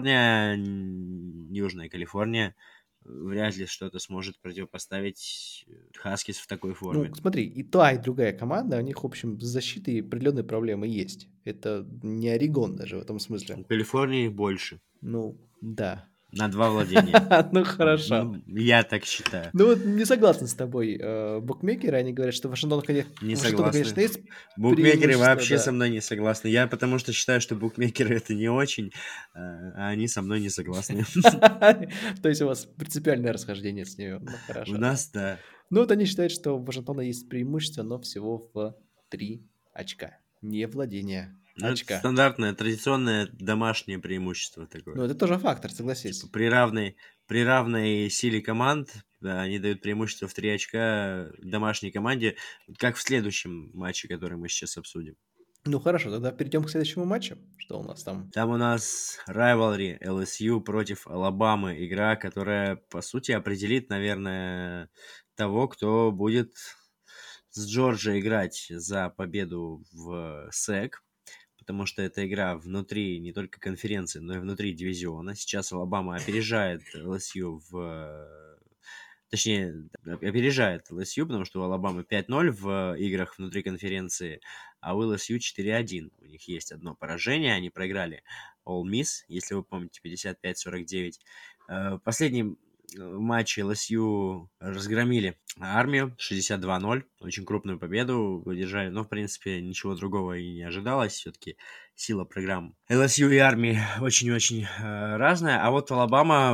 Южная Калифорния, вряд ли что-то сможет противопоставить Хаскис в такой форме. Ну, смотри, и та, и другая команда, у них, в общем, с защитой определенные проблемы есть. Это не Орегон даже в этом смысле. У Калифорнии больше. Ну, да. На 2 владения. Ну, хорошо. Ну, я так считаю. Ну, вот не согласен с тобой. Букмекеры, они говорят, что Вашингтон, Не конечно, есть согласны. Букмекеры преимущество, вообще да. со мной не согласны. Я потому что считаю, что букмекеры это не очень, а они со мной не согласны. То есть у вас принципиальное расхождение с ними. Ну, хорошо. У нас, да. Ну, вот они считают, что у Вашингтона есть преимущество, но всего в 3 очка. Не владение, Ну, это очка. стандартное, традиционное домашнее преимущество такое. Ну, это тоже фактор, согласись. Типа, при равной силе команд, да, они дают преимущество в 3 очка домашней команде, как в следующем матче, который мы сейчас обсудим. Ну, хорошо, тогда перейдем к следующему матчу. Что у нас там? Там у нас rivalry LSU против Алабамы. Игра, которая, по сути, определит, наверное, того, кто будет с Джорджией играть за победу в СЭК. Потому что это игра внутри не только конференции, но и внутри дивизиона. Сейчас Алабама опережает LSU в точнее, опережает ЛСЮ, потому что у Алабамы 5-0 в играх внутри конференции, а у ЛСЮ 4-1. У них есть одно поражение, они проиграли Ole Miss, если вы помните, 55-49. Последний матче ЛСЮ разгромили армию 62-0. Очень крупную победу выдержали. Но, в принципе, ничего другого и не ожидалось. Все-таки сила программ ЛСЮ и армии очень-очень разная. А вот Алабама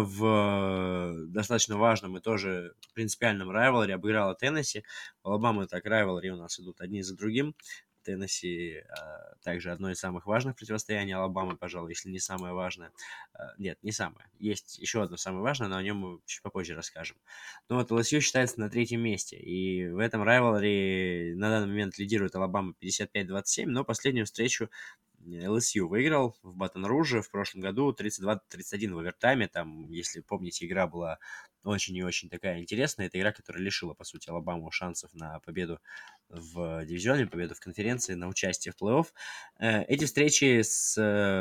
в достаточно важном и тоже принципиальном райвелре обыграла Теннесси. Алабама так райвелри у нас идут одни за другим. Теннесси также одно из самых важных противостояний Алабамы, пожалуй, если не самое важное. Нет, не самое. Есть еще одно самое важное, но о нем мы чуть попозже расскажем. Но вот ЛСЮ считается на третьем месте, и в этом райвелри на данный момент лидирует Алабама 55-27, но последнюю встречу ЛСЮ выиграл в Батон-Руже в прошлом году 32-31 в овертайме. Там, если помните, игра была очень и очень такая интересная. Это игра, которая лишила, по сути, Алабаму шансов на победу в дивизионе, победу в конференции, на участие в плей-офф. Эти встречи с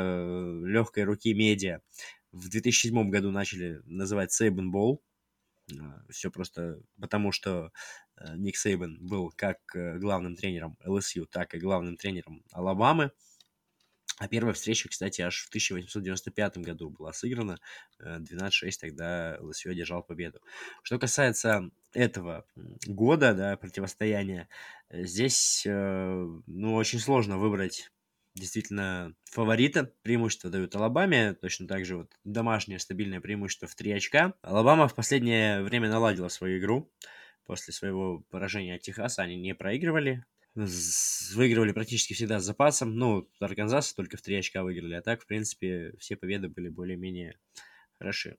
легкой руки медиа в 2007 году начали называть Сейбан Боул. Все просто потому, что Ник Сейбан был как главным тренером ЛСЮ, так и главным тренером Алабамы. А первая встреча, кстати, аж в 1895 году была сыграна. 12-6 тогда ЛСЮ одержал победу. Что касается этого года, да, противостояния, здесь, ну, очень сложно выбрать действительно фаворита. Преимущество дают Алабаме. Точно так же вот домашнее стабильное преимущество в 3 очка. Алабама в последнее время наладила свою игру. После своего поражения от Техаса они не проигрывали. Выигрывали практически всегда с запасом. Ну, Арканзас только в 3 очка выиграли. А так, в принципе, все победы были более-менее хороши.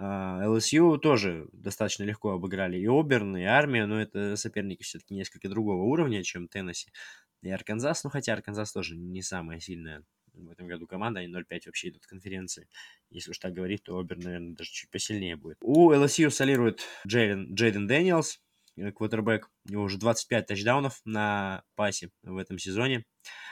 ЛСЮ тоже достаточно легко обыграли и Оберн, и Армию, но это соперники все-таки несколько другого уровня, чем Теннесси и Арканзас. Ну, хотя Арканзас тоже не самая сильная в этом году команда. Они 0-5 вообще идут в конференции. Если уж так говорить, то Оберн, наверное, даже чуть посильнее будет. У ЛСЮ солирует Джейден Дэниелс, квотербек. У него уже 25 тачдаунов на пасе в этом сезоне.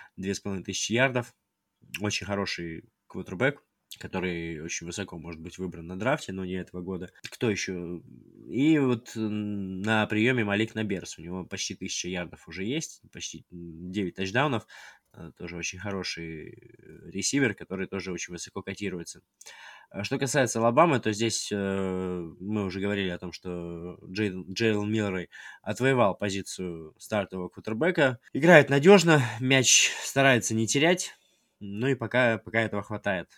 2500 ярдов. Очень хороший квотербек, который очень высоко может быть выбран на драфте, но не этого года. Кто еще? И вот на приеме Малик Наберс. У него почти 1000 ярдов уже есть, почти 9 тачдаунов. Тоже очень хороший ресивер, который тоже очень высоко котируется. Что касается Алабамы, то здесь мы уже говорили о том, что Джейлен Милрой отвоевал позицию стартового квотербека. Играет надежно, мяч старается не терять, ну и пока этого хватает.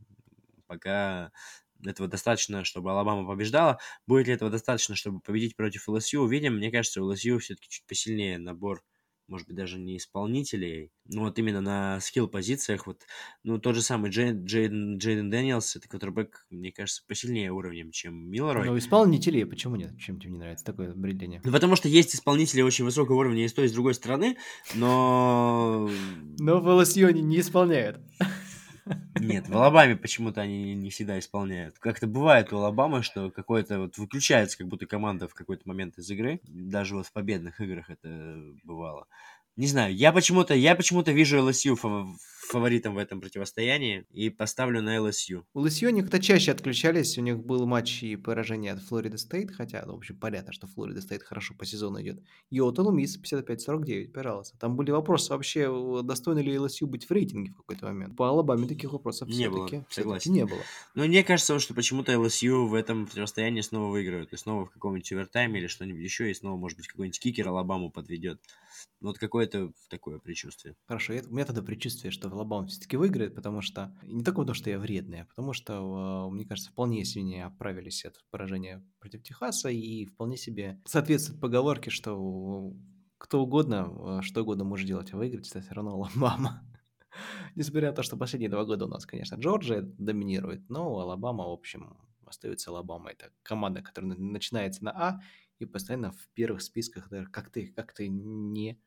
Пока этого достаточно, чтобы Алабама побеждала. Будет ли этого достаточно, чтобы победить против ЛСЮ, увидим. Мне кажется, у ЛСЮ все-таки чуть посильнее набор, может быть, даже не исполнителей, но вот именно на скилл-позициях. Вот, ну, тот же самый Джейден Дэниелс, это квотербек, мне кажется, посильнее уровнем, чем Милрой. Но исполнителей почему нет? Чем тебе не нравится такое бредение? Ну, потому что есть исполнители очень высокого уровня и с той, и с другой стороны, но... Но в ЛСЮ они не исполняют. Нет, в Алабаме почему-то они не всегда исполняют. Как-то бывает у Алабамы, что какое-то вот выключается как будто команда в какой-то момент из игры. Даже вот в победных играх это бывало. Не знаю, я почему-то вижу ЛСЮ фаворитом в этом противостоянии и поставлю на ЛСЮ. У ЛСЮ они как-то чаще отключались, у них был матч и поражение от Флорида Стейт, хотя, ну, в общем, понятно, что Флорида Стейт хорошо по сезону идет. И от Ole Miss 55-49, пожалуйста. Там были вопросы вообще, достойно ли ЛСЮ быть в рейтинге в какой-то момент. По Алабаме таких вопросов Не было, все-таки согласен. не было. Но мне кажется, что почему-то ЛСЮ в этом противостоянии снова выиграют. И снова в каком-нибудь овертайме или что-нибудь еще, и снова, может быть, какой-нибудь кикер Алабаму подведет. Ну, вот какое-то такое предчувствие. Хорошо, у меня тогда предчувствие, что Алабама все-таки выиграет, потому что... И не только потому, что я вредный, а потому что, мне кажется, вполне себе не оправились от поражения против Техаса и вполне себе соответствует поговорке, что кто угодно, что угодно может делать, а выиграть это все равно Алабама. Несмотря на то, что последние 2 года у нас, конечно, Джорджия доминирует, но Алабама, в общем, остается Алабама. Это команда, которая начинается на А и постоянно в первых списках, даже как ты не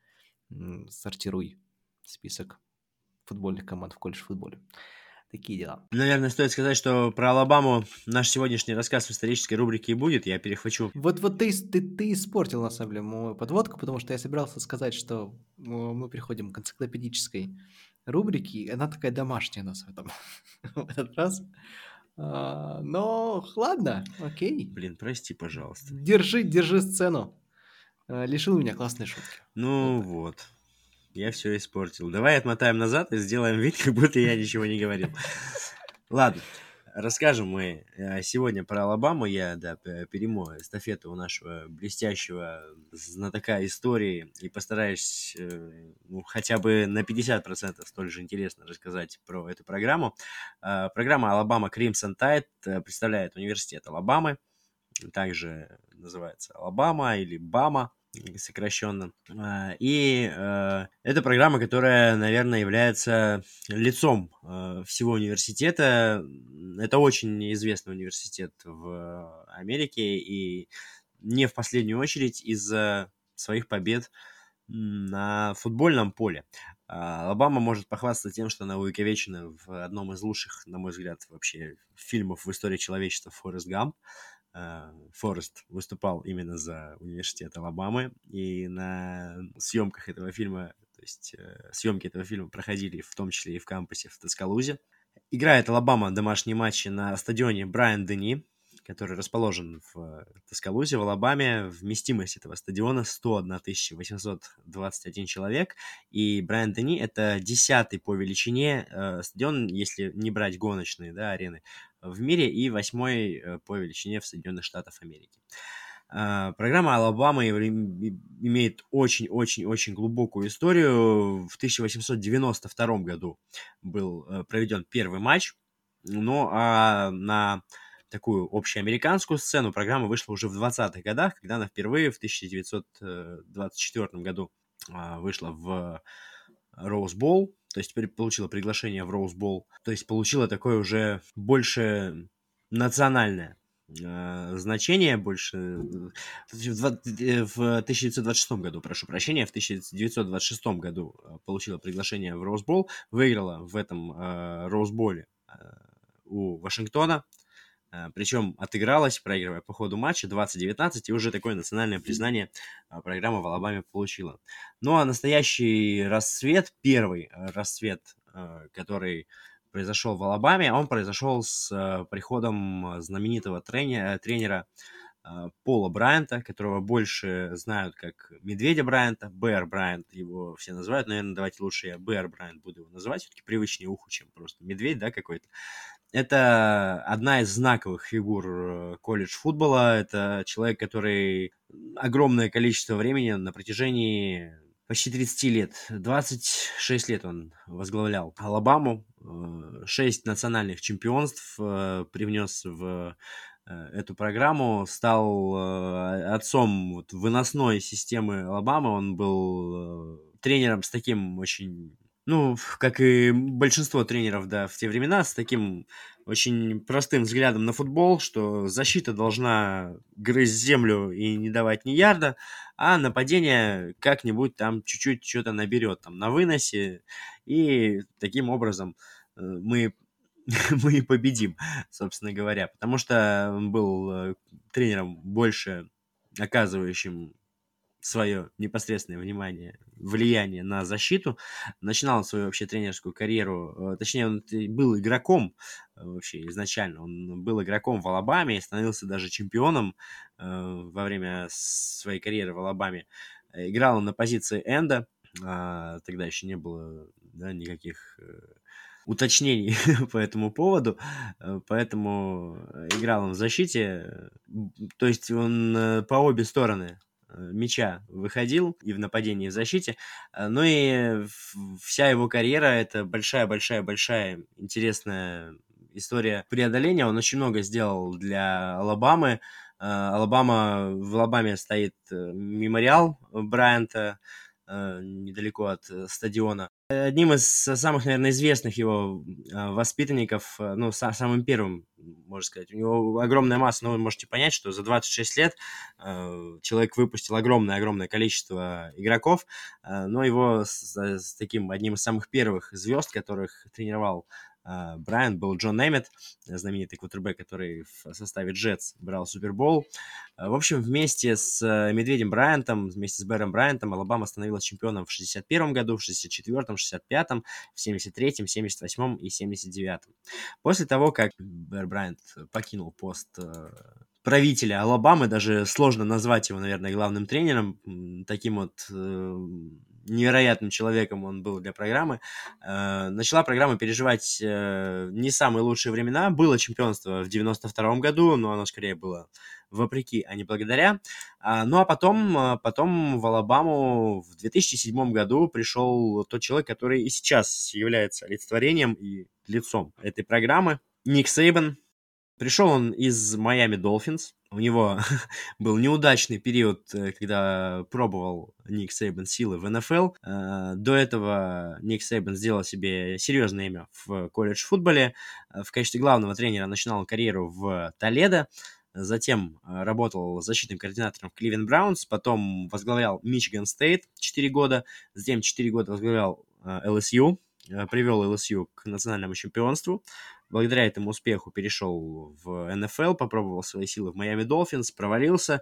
сортируй список футбольных команд в колледж-футболе. Такие дела. Наверное, стоит сказать, что про Алабаму наш сегодняшний рассказ в исторической рубрике и будет. Я перехвачу. Вот ты испортил, на самом деле, мою подводку, потому что я собирался сказать, что мы приходим к энциклопедической рубрике, и она такая домашняя у нас в этот раз. Но ладно, окей. Блин, прости, пожалуйста. Держи сцену. Лишил меня классной шутки. Вот Ну так. вот, я все испортил. Давай отмотаем назад и сделаем вид, как будто я ничего не говорил. Ладно, расскажем мы сегодня про Алабаму. Я, да, перейму эстафету у нашего блестящего знатока истории и постараюсь ну, хотя бы на 50% столь же интересно рассказать про эту программу. Программа Alabama Crimson Tide представляет университет Алабамы, также называется Алабама или Бама сокращенно. Это программа, которая, наверное, является лицом всего университета. Это очень известный университет в Америке, и не в последнюю очередь из-за своих побед на футбольном поле. Алабама может похвастаться тем, что она увековечена в одном из лучших, на мой взгляд, вообще фильмов в истории человечества «Форест Гамп». Форест выступал именно за университет Алабамы, и на съемках этого фильма, то есть съемки этого фильма проходили в том числе и в кампусе в Таскалузе. Играет Алабама домашние матчи на стадионе Брайан-Дени, который расположен в Таскалузе, в Алабаме. Вместимость этого стадиона 101 821 человек. И Брайан-Дени — это 10-й по величине стадион, если не брать гоночные, да, арены, в мире, и 8-й по величине в Соединенных Штатах Америки. Программа Алабамы имеет очень-очень-очень глубокую историю. В 1892 году был проведен первый матч, ну а на такую общеамериканскую сцену программа вышла уже в 20-х годах, когда она впервые в 1924 году вышла в Rose Bowl, то есть теперь получила приглашение в Rose Bowl, то есть получила такое уже больше национальное значение, больше в 1926 году, прошу прощения, в 1926 году получила приглашение в Rose Bowl, выиграла в этом Rose Bowl у Вашингтона, причем отыгралась, проигрывая по ходу матча 20-19, и уже такое национальное признание программа в Алабаме получила. Ну а настоящий расцвет, первый расцвет, который произошел в Алабаме, он произошел с приходом знаменитого тренера Пола Брайанта, которого больше знают как Медведя Брайанта, Бэр Брайант его все называют, наверное, давайте лучше я Бэр Брайант буду его называть, все-таки привычнее уху, чем просто Медведь, да, какой-то. Это одна из знаковых фигур колледж-футбола. Это человек, который огромное количество времени на протяжении почти 30 лет, 26 лет он возглавлял Алабаму, 6 национальных чемпионств привнес в эту программу, стал отцом вот выносной системы Алабамы. Он был тренером с таким очень... Ну, как и большинство тренеров, да, в те времена, с таким очень простым взглядом на футбол, что защита должна грызть землю и не давать ни ярда, а нападение как-нибудь там чуть-чуть что-то наберет там на выносе, и таким образом мы мы и победим, собственно говоря, потому что он был тренером больше оказывающим свое непосредственное внимание, влияние на защиту. Начинал свою вообще тренерскую карьеру, точнее, он был игроком вообще изначально. Он был игроком в Алабаме и становился даже чемпионом во время своей карьеры в Алабаме. Играл он на позиции энда, тогда еще не было, да, никаких уточнений по этому поводу, поэтому играл он в защите, то есть он по обе стороны мяча выходил и в нападении, и в защите. Ну и вся его карьера — это большая-большая-большая интересная история преодоления. Он очень много сделал для Алабамы. В Алабаме стоит мемориал Брайанта недалеко от стадиона. Одним из самых, наверное, известных его воспитанников, ну, самым первым, можно сказать, у него огромная масса, но вы можете понять, что за 26 лет человек выпустил огромное количество игроков, но его с таким одним из самых первых звезд, которых тренировал Брайант был Джон Нэмет, знаменитый квотербек, который в составе Джетс брал Супербол. В общем, вместе с Медведем Брайантом, вместе с Бэром Брайантом Алабама становилась чемпионом в 61 году, в 64-м, 65-м, в 73-м, 78-м и 79-м. После того, как Бэр Брайант покинул пост правителя Алабамы, даже сложно назвать его, наверное, главным тренером, таким вот невероятным человеком он был для программы, начала программа переживать не самые лучшие времена. Было чемпионство в 92-м году, но оно скорее было вопреки, а не благодаря. Ну а потом в Алабаму в 2007 году пришел тот человек, который и сейчас является олицетворением и лицом этой программы. Ник Сейбан. Пришел он из Майами Долфинс. У него был неудачный период, когда пробовал Ник Сейбан силы в НФЛ. До этого Ник Сейбан сделал себе серьезное имя в колледж-футболе. В качестве главного тренера начинал карьеру в Толедо. Затем работал защитным координатором в Кливленд Браунс. Потом возглавлял Мичиган Стейт 4 года. Затем 4 года возглавлял ЛСЮ. Привел ЛСЮ к национальному чемпионству. Благодаря этому успеху перешел в НФЛ, попробовал свои силы в Майами Долфинс, провалился,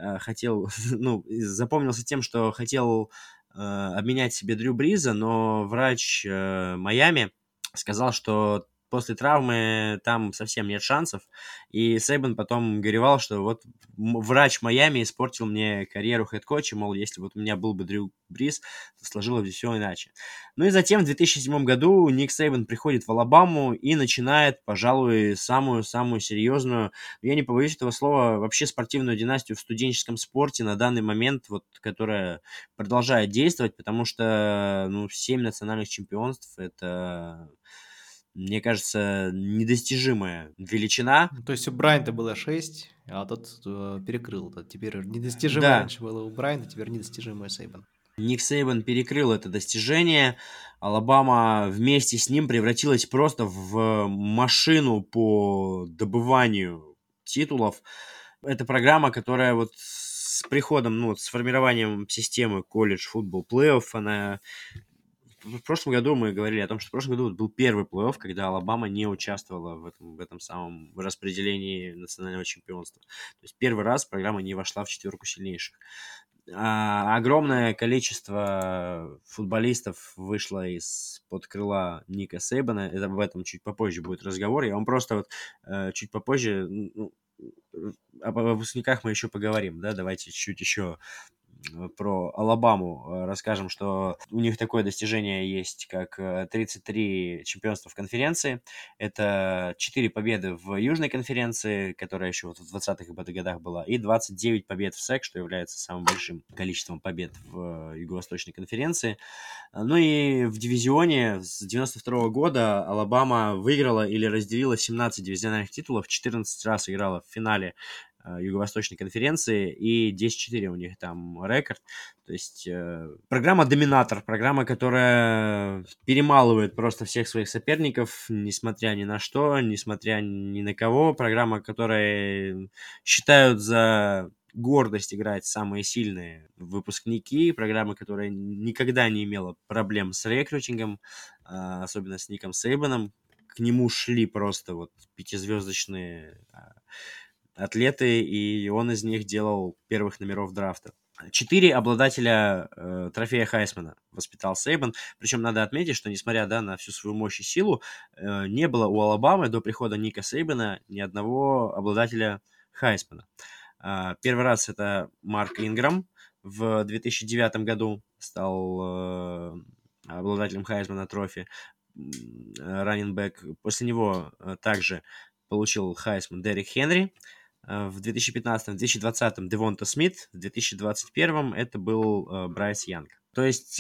запомнился тем, что хотел обменять себе Дрю Бриза, но врач Майами сказал, что после травмы там совсем нет шансов, и Сейбан потом горевал, что вот врач Майами испортил мне карьеру хед-коуча, мол, если вот у меня был бы Дрю Бриз, то сложилось бы все иначе. Ну и затем в 2007 году Ник Сейбан приходит в Алабаму и начинает, пожалуй, самую-самую серьезную, я не побоюсь этого слова, вообще спортивную династию в студенческом спорте на данный момент, вот, которая продолжает действовать, потому что, 7 национальных чемпионств — это, мне кажется, недостижимая величина. То есть у Брайанта было 6, а тот перекрыл. Теперь недостижимое Да, раньше было у Брайанта, теперь недостижимое Сейбан. Ник Сейбан перекрыл это достижение. Алабама вместе с ним превратилась просто в машину по добыванию титулов. Это программа, которая вот с приходом, с формированием системы колледж футбол плей-офф, она... В прошлом году мы говорили о том, что в прошлом году был первый плей-офф, когда Алабама не участвовала в этом самом распределении национального чемпионства. То есть первый раз программа не вошла в четверку сильнейших. Огромное количество футболистов вышло из-под крыла Ника Сейбана. Это об этом чуть попозже будет разговор. Я вам просто чуть попозже, о выпускниках мы еще поговорим, да, давайте чуть еще про Алабаму расскажем, что у них такое достижение есть, как 33 чемпионства в конференции. Это 4 победы в Южной конференции, которая еще вот в 20-х годах была, и 29 побед в СЭК, что является самым большим количеством побед в Юго-Восточной конференции. Ну и в дивизионе с 92 года Алабама выиграла или разделила 17 дивизиональных титулов, 14 раз играла в финале Юго-Восточной конференции, и 10-4 у них там рекорд. То есть программа «Доминатор», программа, которая перемалывает просто всех своих соперников, несмотря ни на что, несмотря ни на кого. Программа, которая считают за гордость играть самые сильные выпускники. Программа, которая никогда не имела проблем с рекрутингом, особенно с Ником Сейбаном. К нему шли просто вот пятизвездочные атлеты, и он из них делал первых номеров драфта. 4 обладателя трофея Хайсмана воспитал Сейбан. Причем надо отметить, что несмотря на всю свою мощь и силу, не было у Алабамы до прихода Ника Сейбана ни одного обладателя Хайсмана. Первый раз это Марк Инграм в 2009 году стал обладателем Хайсмана трофи, раннинбэк. После него также получил Хайсман Дерек Хенри. В 2015, 2020 Девонта Смит, в 2021 это был Брайс Янг. То есть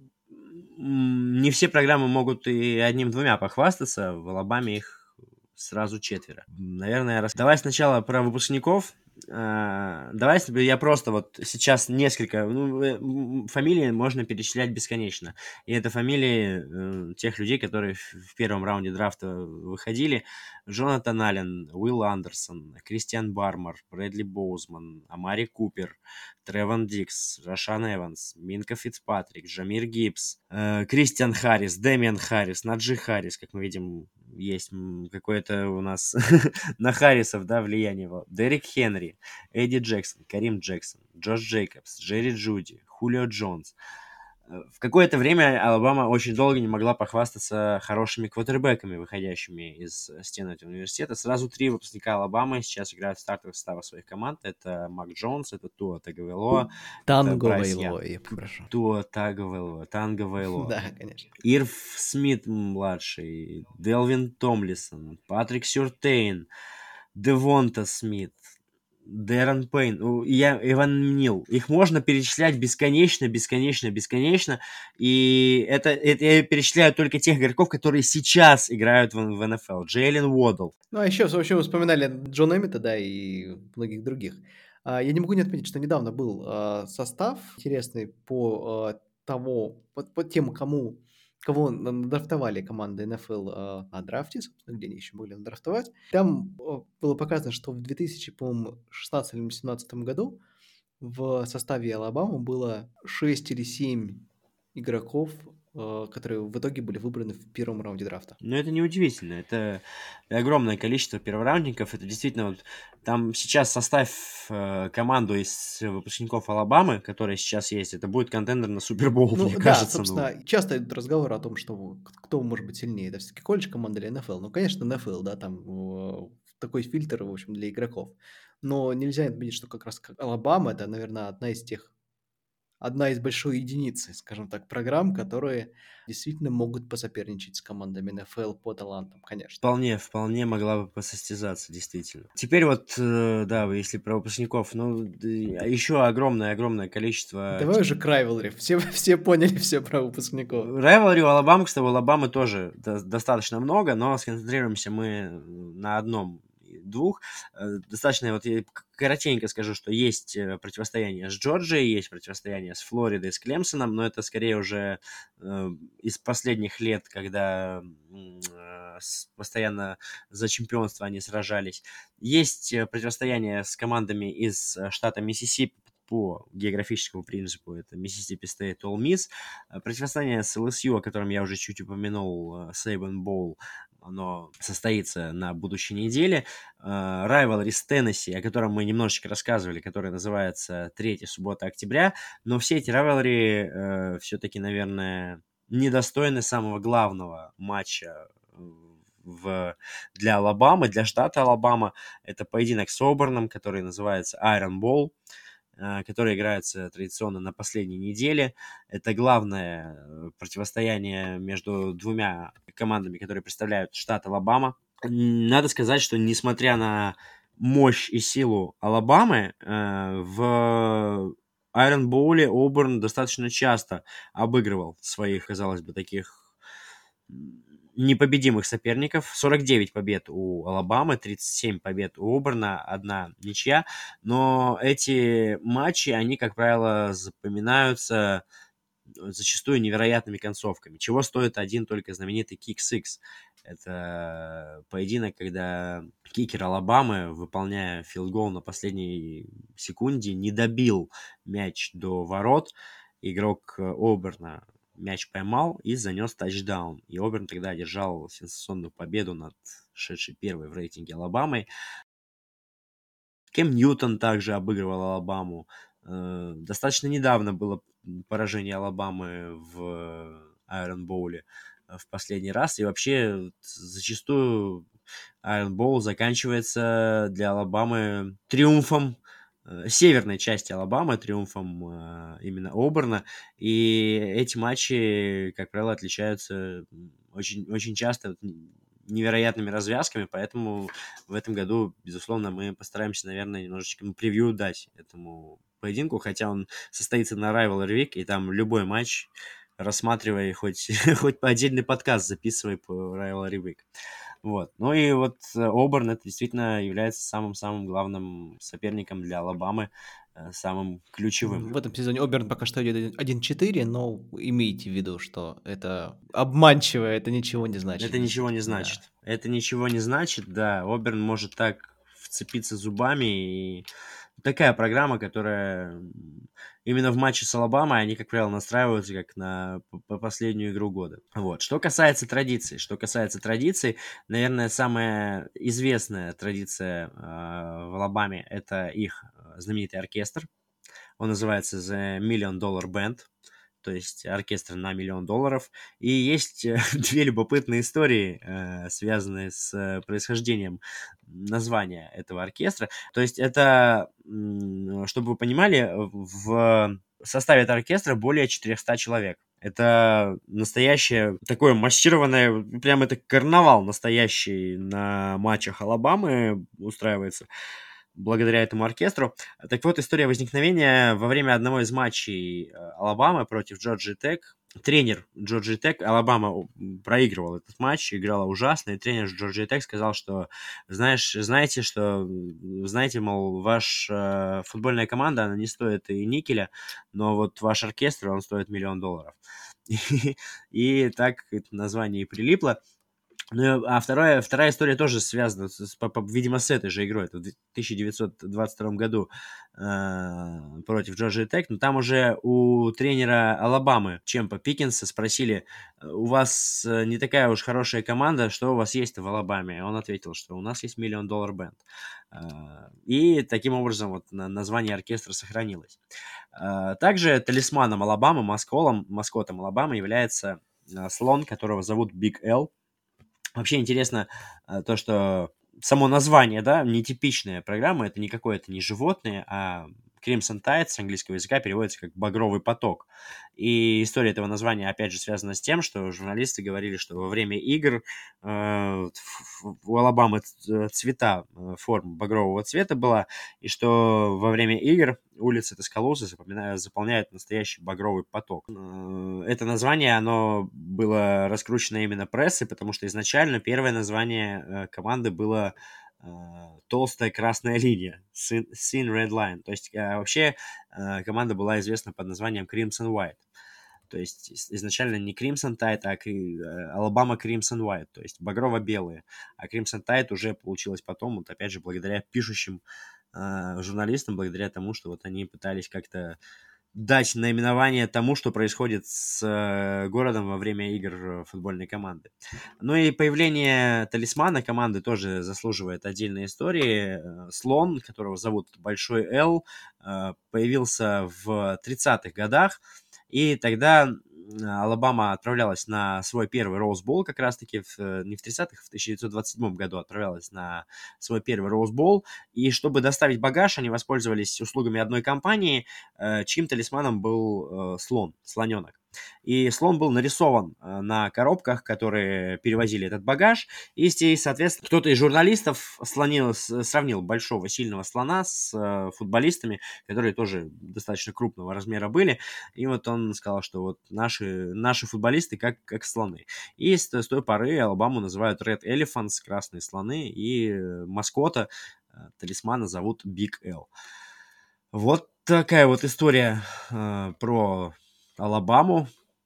не все программы могут и одним-двумя похвастаться, в Алабаме их сразу 4. Наверное, давай сначала про выпускников. Давай я просто вот сейчас несколько фамилий можно перечислять бесконечно. И это фамилии тех людей, которые в первом раунде драфта выходили. Джонатан Аллен, Уилл Андерсон, Кристиан Бармор, Брэдли Боузман, Амари Купер, Тревон Дикс, Рашан Эванс, Минка Фицпатрик, Джамир Гибс, Кристиан Харрис, Дэмиан Харрис, Наджи Харрис, как мы видим, есть какое-то у нас на Харрисов, да, влияние его. Дерек Хенри, Эдди Джексон, Карим Джексон, Джош Джейкобс, Джерри Джуди, Хулио Джонс. В какое-то время Алабама очень долго не могла похвастаться хорошими квотербеками, выходящими из стен этого университета. Сразу 3 выпускника Алабамы сейчас играют в стартовых составах своих команд. Это Мак Джонс, это Туа Таговелоа, это Танго Брайс Вейло, Янг. я попрошу. Туа Таговелоа. Да, конечно. Ирв Смит младший, Делвин Томлисон, Патрик Сюртейн, Девонта Смит, Дэрон Пейн, Иван Нил. Их можно перечислять бесконечно, бесконечно, бесконечно. И это я перечисляю только тех игроков, которые сейчас играют в НФЛ. Джейлен Уодл. Ну, а еще вообще вы вспоминали Джона Эммета, да, и многих других. Я не могу не отметить, что недавно был состав интересный по тем, кого надрафтовали команды НФЛ на драфте, собственно, где они еще могли надрафтовать. Там было показано, что в 2016 или 2017 году в составе Алабамы было 6 или 7 игроков, которые в итоге были выбраны в первом раунде драфта. Но это не удивительно. Это огромное количество первораундников. Это действительно вот там сейчас составь команду из выпускников Алабамы, которая сейчас есть. Это будет контендер на Супербоул, Ну мне да, кажется. собственно, часто идут разговоры о том, что кто может быть сильнее. Это все-таки колледж команда или НФЛ. Ну, конечно, НФЛ, да, там такой фильтр, в общем, для игроков. Но нельзя отметить, что как раз Алабама это, наверное, одна из большой единицы, скажем так, программ, которые действительно могут посоперничать с командами НФЛ по талантам, конечно. Вполне могла бы посостязаться, действительно. Теперь вот, да, если про выпускников, еще огромное количество... Давай уже к Rivalry. Все поняли все про выпускников. Rivalry у Алабамы, кстати, у Алабамы тоже достаточно много, но сконцентрируемся мы на одном двух. Достаточно, вот я коротенько скажу, что есть противостояние с Джорджией, есть противостояние с Флоридой, с Клемсоном, но это скорее уже из последних лет, когда постоянно за чемпионство они сражались. Есть противостояние с командами из штата Миссисипи по географическому принципу. Это Mississippi State Ole Miss. Противостояние с LSU, о котором я уже чуть упомянул, Saban Bowl, оно состоится на будущей неделе. Rivalry с Теннесси, о котором мы немножечко рассказывали, который называется 3 суббота октября. Но все эти rivalry все-таки, наверное, недостойны самого главного матча для Алабамы, для штата Алабама. Это поединок с Оберном, который называется Iron Bowl, который играется традиционно на последней неделе. Это главное противостояние между двумя командами, которые представляют штат Алабама. Надо сказать, что несмотря на мощь и силу Алабамы, в Iron Bowl Оберн достаточно часто обыгрывал своих, казалось бы, таких непобедимых соперников. 49 побед у Алабамы, 37 побед у Оберна, 1 ничья. Но эти матчи, они, как правило, запоминаются зачастую невероятными концовками. Чего стоит один только знаменитый Kick-Six. Это поединок, когда кикер Алабамы, выполняя филд-гол на последней секунде, не добил мяч до ворот. Игрок Оберна мяч поймал и занес тачдаун. И Оберн тогда одержал сенсационную победу над шедшей первой в рейтинге Алабамой. Кэм Ньютон также обыгрывал Алабаму. Достаточно недавно было поражение Алабамы в Iron Bowl в последний раз. И вообще зачастую Iron Bowl заканчивается для Алабамы триумфом северной части Алабамы, триумфом именно Оберна. И эти матчи, как правило, отличаются очень, очень часто невероятными развязками, поэтому в этом году, безусловно, мы постараемся, наверное, немножечко превью дать этому поединку, хотя он состоится на Rivalry Week, и там любой матч рассматривай, хоть по отдельный подкаст записывай по Rivalry Week. Вот. Ну и вот Оберн это действительно является самым-самым главным соперником для Алабамы, самым ключевым. В этом сезоне Оберн пока что идет 1-4, но имейте в виду, что это обманчиво, это ничего не значит. Это ничего не значит. Да. Это ничего не значит, да. Оберн может так вцепиться зубами, и такая программа, которая именно в матче с Алабамой они, как правило, настраиваются как на последнюю игру года. Вот. Что касается традиций, наверное, самая известная традиция в Алабаме — это их знаменитый оркестр. Он называется The Million Dollar Band, то есть оркестр на $1 миллион. И есть две любопытные истории, связанные с происхождением названия этого оркестра. То есть это, чтобы вы понимали, в составе этого оркестра более 400 человек. Это настоящее такое массированное, прям это карнавал настоящий на матчах Алабамы устраивается благодаря этому оркестру. Так вот, история возникновения: во время одного из матчей Алабамы против Джорджии Тек, тренер Джорджии Тек, Алабама проигрывал этот матч, играла ужасно, и тренер Джорджии Тек сказал, что, знаете, мол, ваша футбольная команда, она не стоит и никеля, но вот ваш оркестр, он стоит $1 миллион. И так это название и прилипло. Ну, а вторая история тоже связана, видимо, с этой же игрой. Это в 1922 году против Джорджии Тек. Но там уже у тренера Алабамы Чемпа Пикинса спросили: у вас не такая уж хорошая команда, что у вас есть в Алабаме? И он ответил, что у нас есть $1 миллион бенд. И таким образом вот название оркестра сохранилось. Также талисманом Алабамы, маскотом Алабамы является слон, которого зовут Биг Эл. Вообще интересно то, что само название, да, нетипичная программа, это не какое-то не животное, а Crimson Tide с английского языка переводится как «багровый поток». И история этого названия, опять же, связана с тем, что журналисты говорили, что во время игр у Алабамы цвета, форма багрового цвета была, и что во время игр улицы Таскалузы заполняют настоящий багровый поток. Это название, оно было раскручено именно прессой, потому что изначально первое название команды было «Толстая красная линия», Thin Red Line. То есть вообще команда была известна под названием Crimson White. То есть изначально не Crimson Tide, а Alabama Crimson White, то есть багрово-белые. А Crimson Tide уже получилось потом, вот опять же, благодаря пишущим журналистам, благодаря тому, что вот они пытались как-то дать наименование тому, что происходит с городом во время игр футбольной команды. Ну и появление талисмана команды тоже заслуживает отдельной истории. Слон, которого зовут Большой Эл, появился в 30-х годах, и тогда Алабама отправлялась на свой первый Rose Bowl, как раз-таки не в 30-х, в 1927 году отправлялась на свой первый Rose Bowl, и чтобы доставить багаж, они воспользовались услугами одной компании, чьим талисманом был слон, слоненок. И слон был нарисован на коробках, которые перевозили этот багаж. И, соответственно, кто-то из журналистов сравнил большого сильного слона с футболистами, которые тоже достаточно крупного размера были. И вот он сказал, что вот наши футболисты как слоны. И с той поры Алабаму называют Red Elephants, красные слоны, и маскота, талисмана зовут Big L. Вот такая вот история про Алабаму.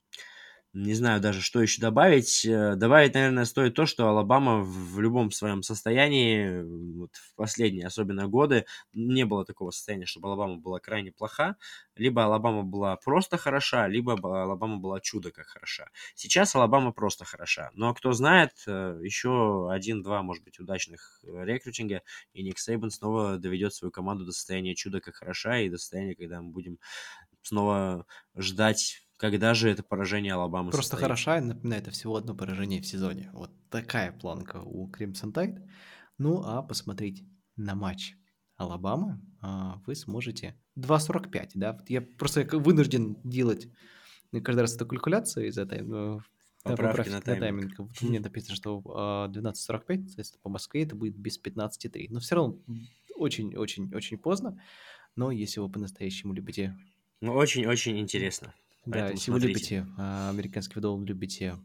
Не знаю даже, что еще добавить. Добавить, наверное, стоит то, что Алабама в любом своем состоянии, вот в последние особенно годы, не было такого состояния, чтобы Алабама была крайне плоха. Либо Алабама была просто хороша, либо Алабама была чудо как хороша. Сейчас Алабама просто хороша. Но кто знает, еще 1-2, может быть, удачных рекрутинга, и Ник Сейбан снова доведет свою команду до состояния чуда как хороша, и до состояния, когда мы будем снова ждать, когда же это поражение Алабамы Просто состоится. хороша, напоминаю, это всего одно поражение в сезоне. Вот такая планка у Crimson Tide. Ну, а посмотреть на матч Алабамы вы сможете 2:45, да? Вот я просто вынужден делать каждый раз эту калькуляцию из этой, да, Поправки поправки на на тайминг. тайминг. Вот у меня написано, что 12:45, соответственно, по Москве это будет без 15:03. Но все равно очень-очень-очень поздно. Но если вы по-настоящему любите, Ну, очень-очень интересно. да, Поэтому если вы смотрите. любите американский футбол, любите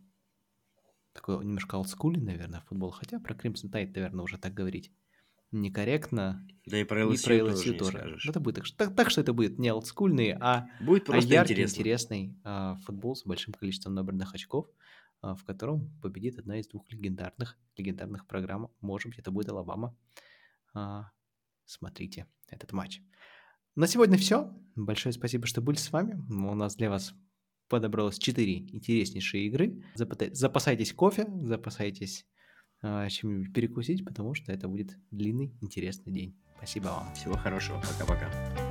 такой немножко олдскульный, наверное, футбол, хотя про Crimson Tide, наверное, уже так говорить некорректно, Да и про и про LSU LSU тоже не тоже. скажешь. Это будет так что это будет не олдскульный, Будет а просто яркий, интересно. интересный футбол с большим количеством набранных очков, в котором победит одна из двух легендарных программ. Может быть, это будет Алабама. Смотрите этот матч. На сегодня все. Большое спасибо, что были с вами. У нас для вас подобралось 4 интереснейшие игры. Запасайтесь кофе, запасайтесь чем-нибудь перекусить, потому что это будет длинный, интересный день. Спасибо вам. Всего хорошего. Пока-пока.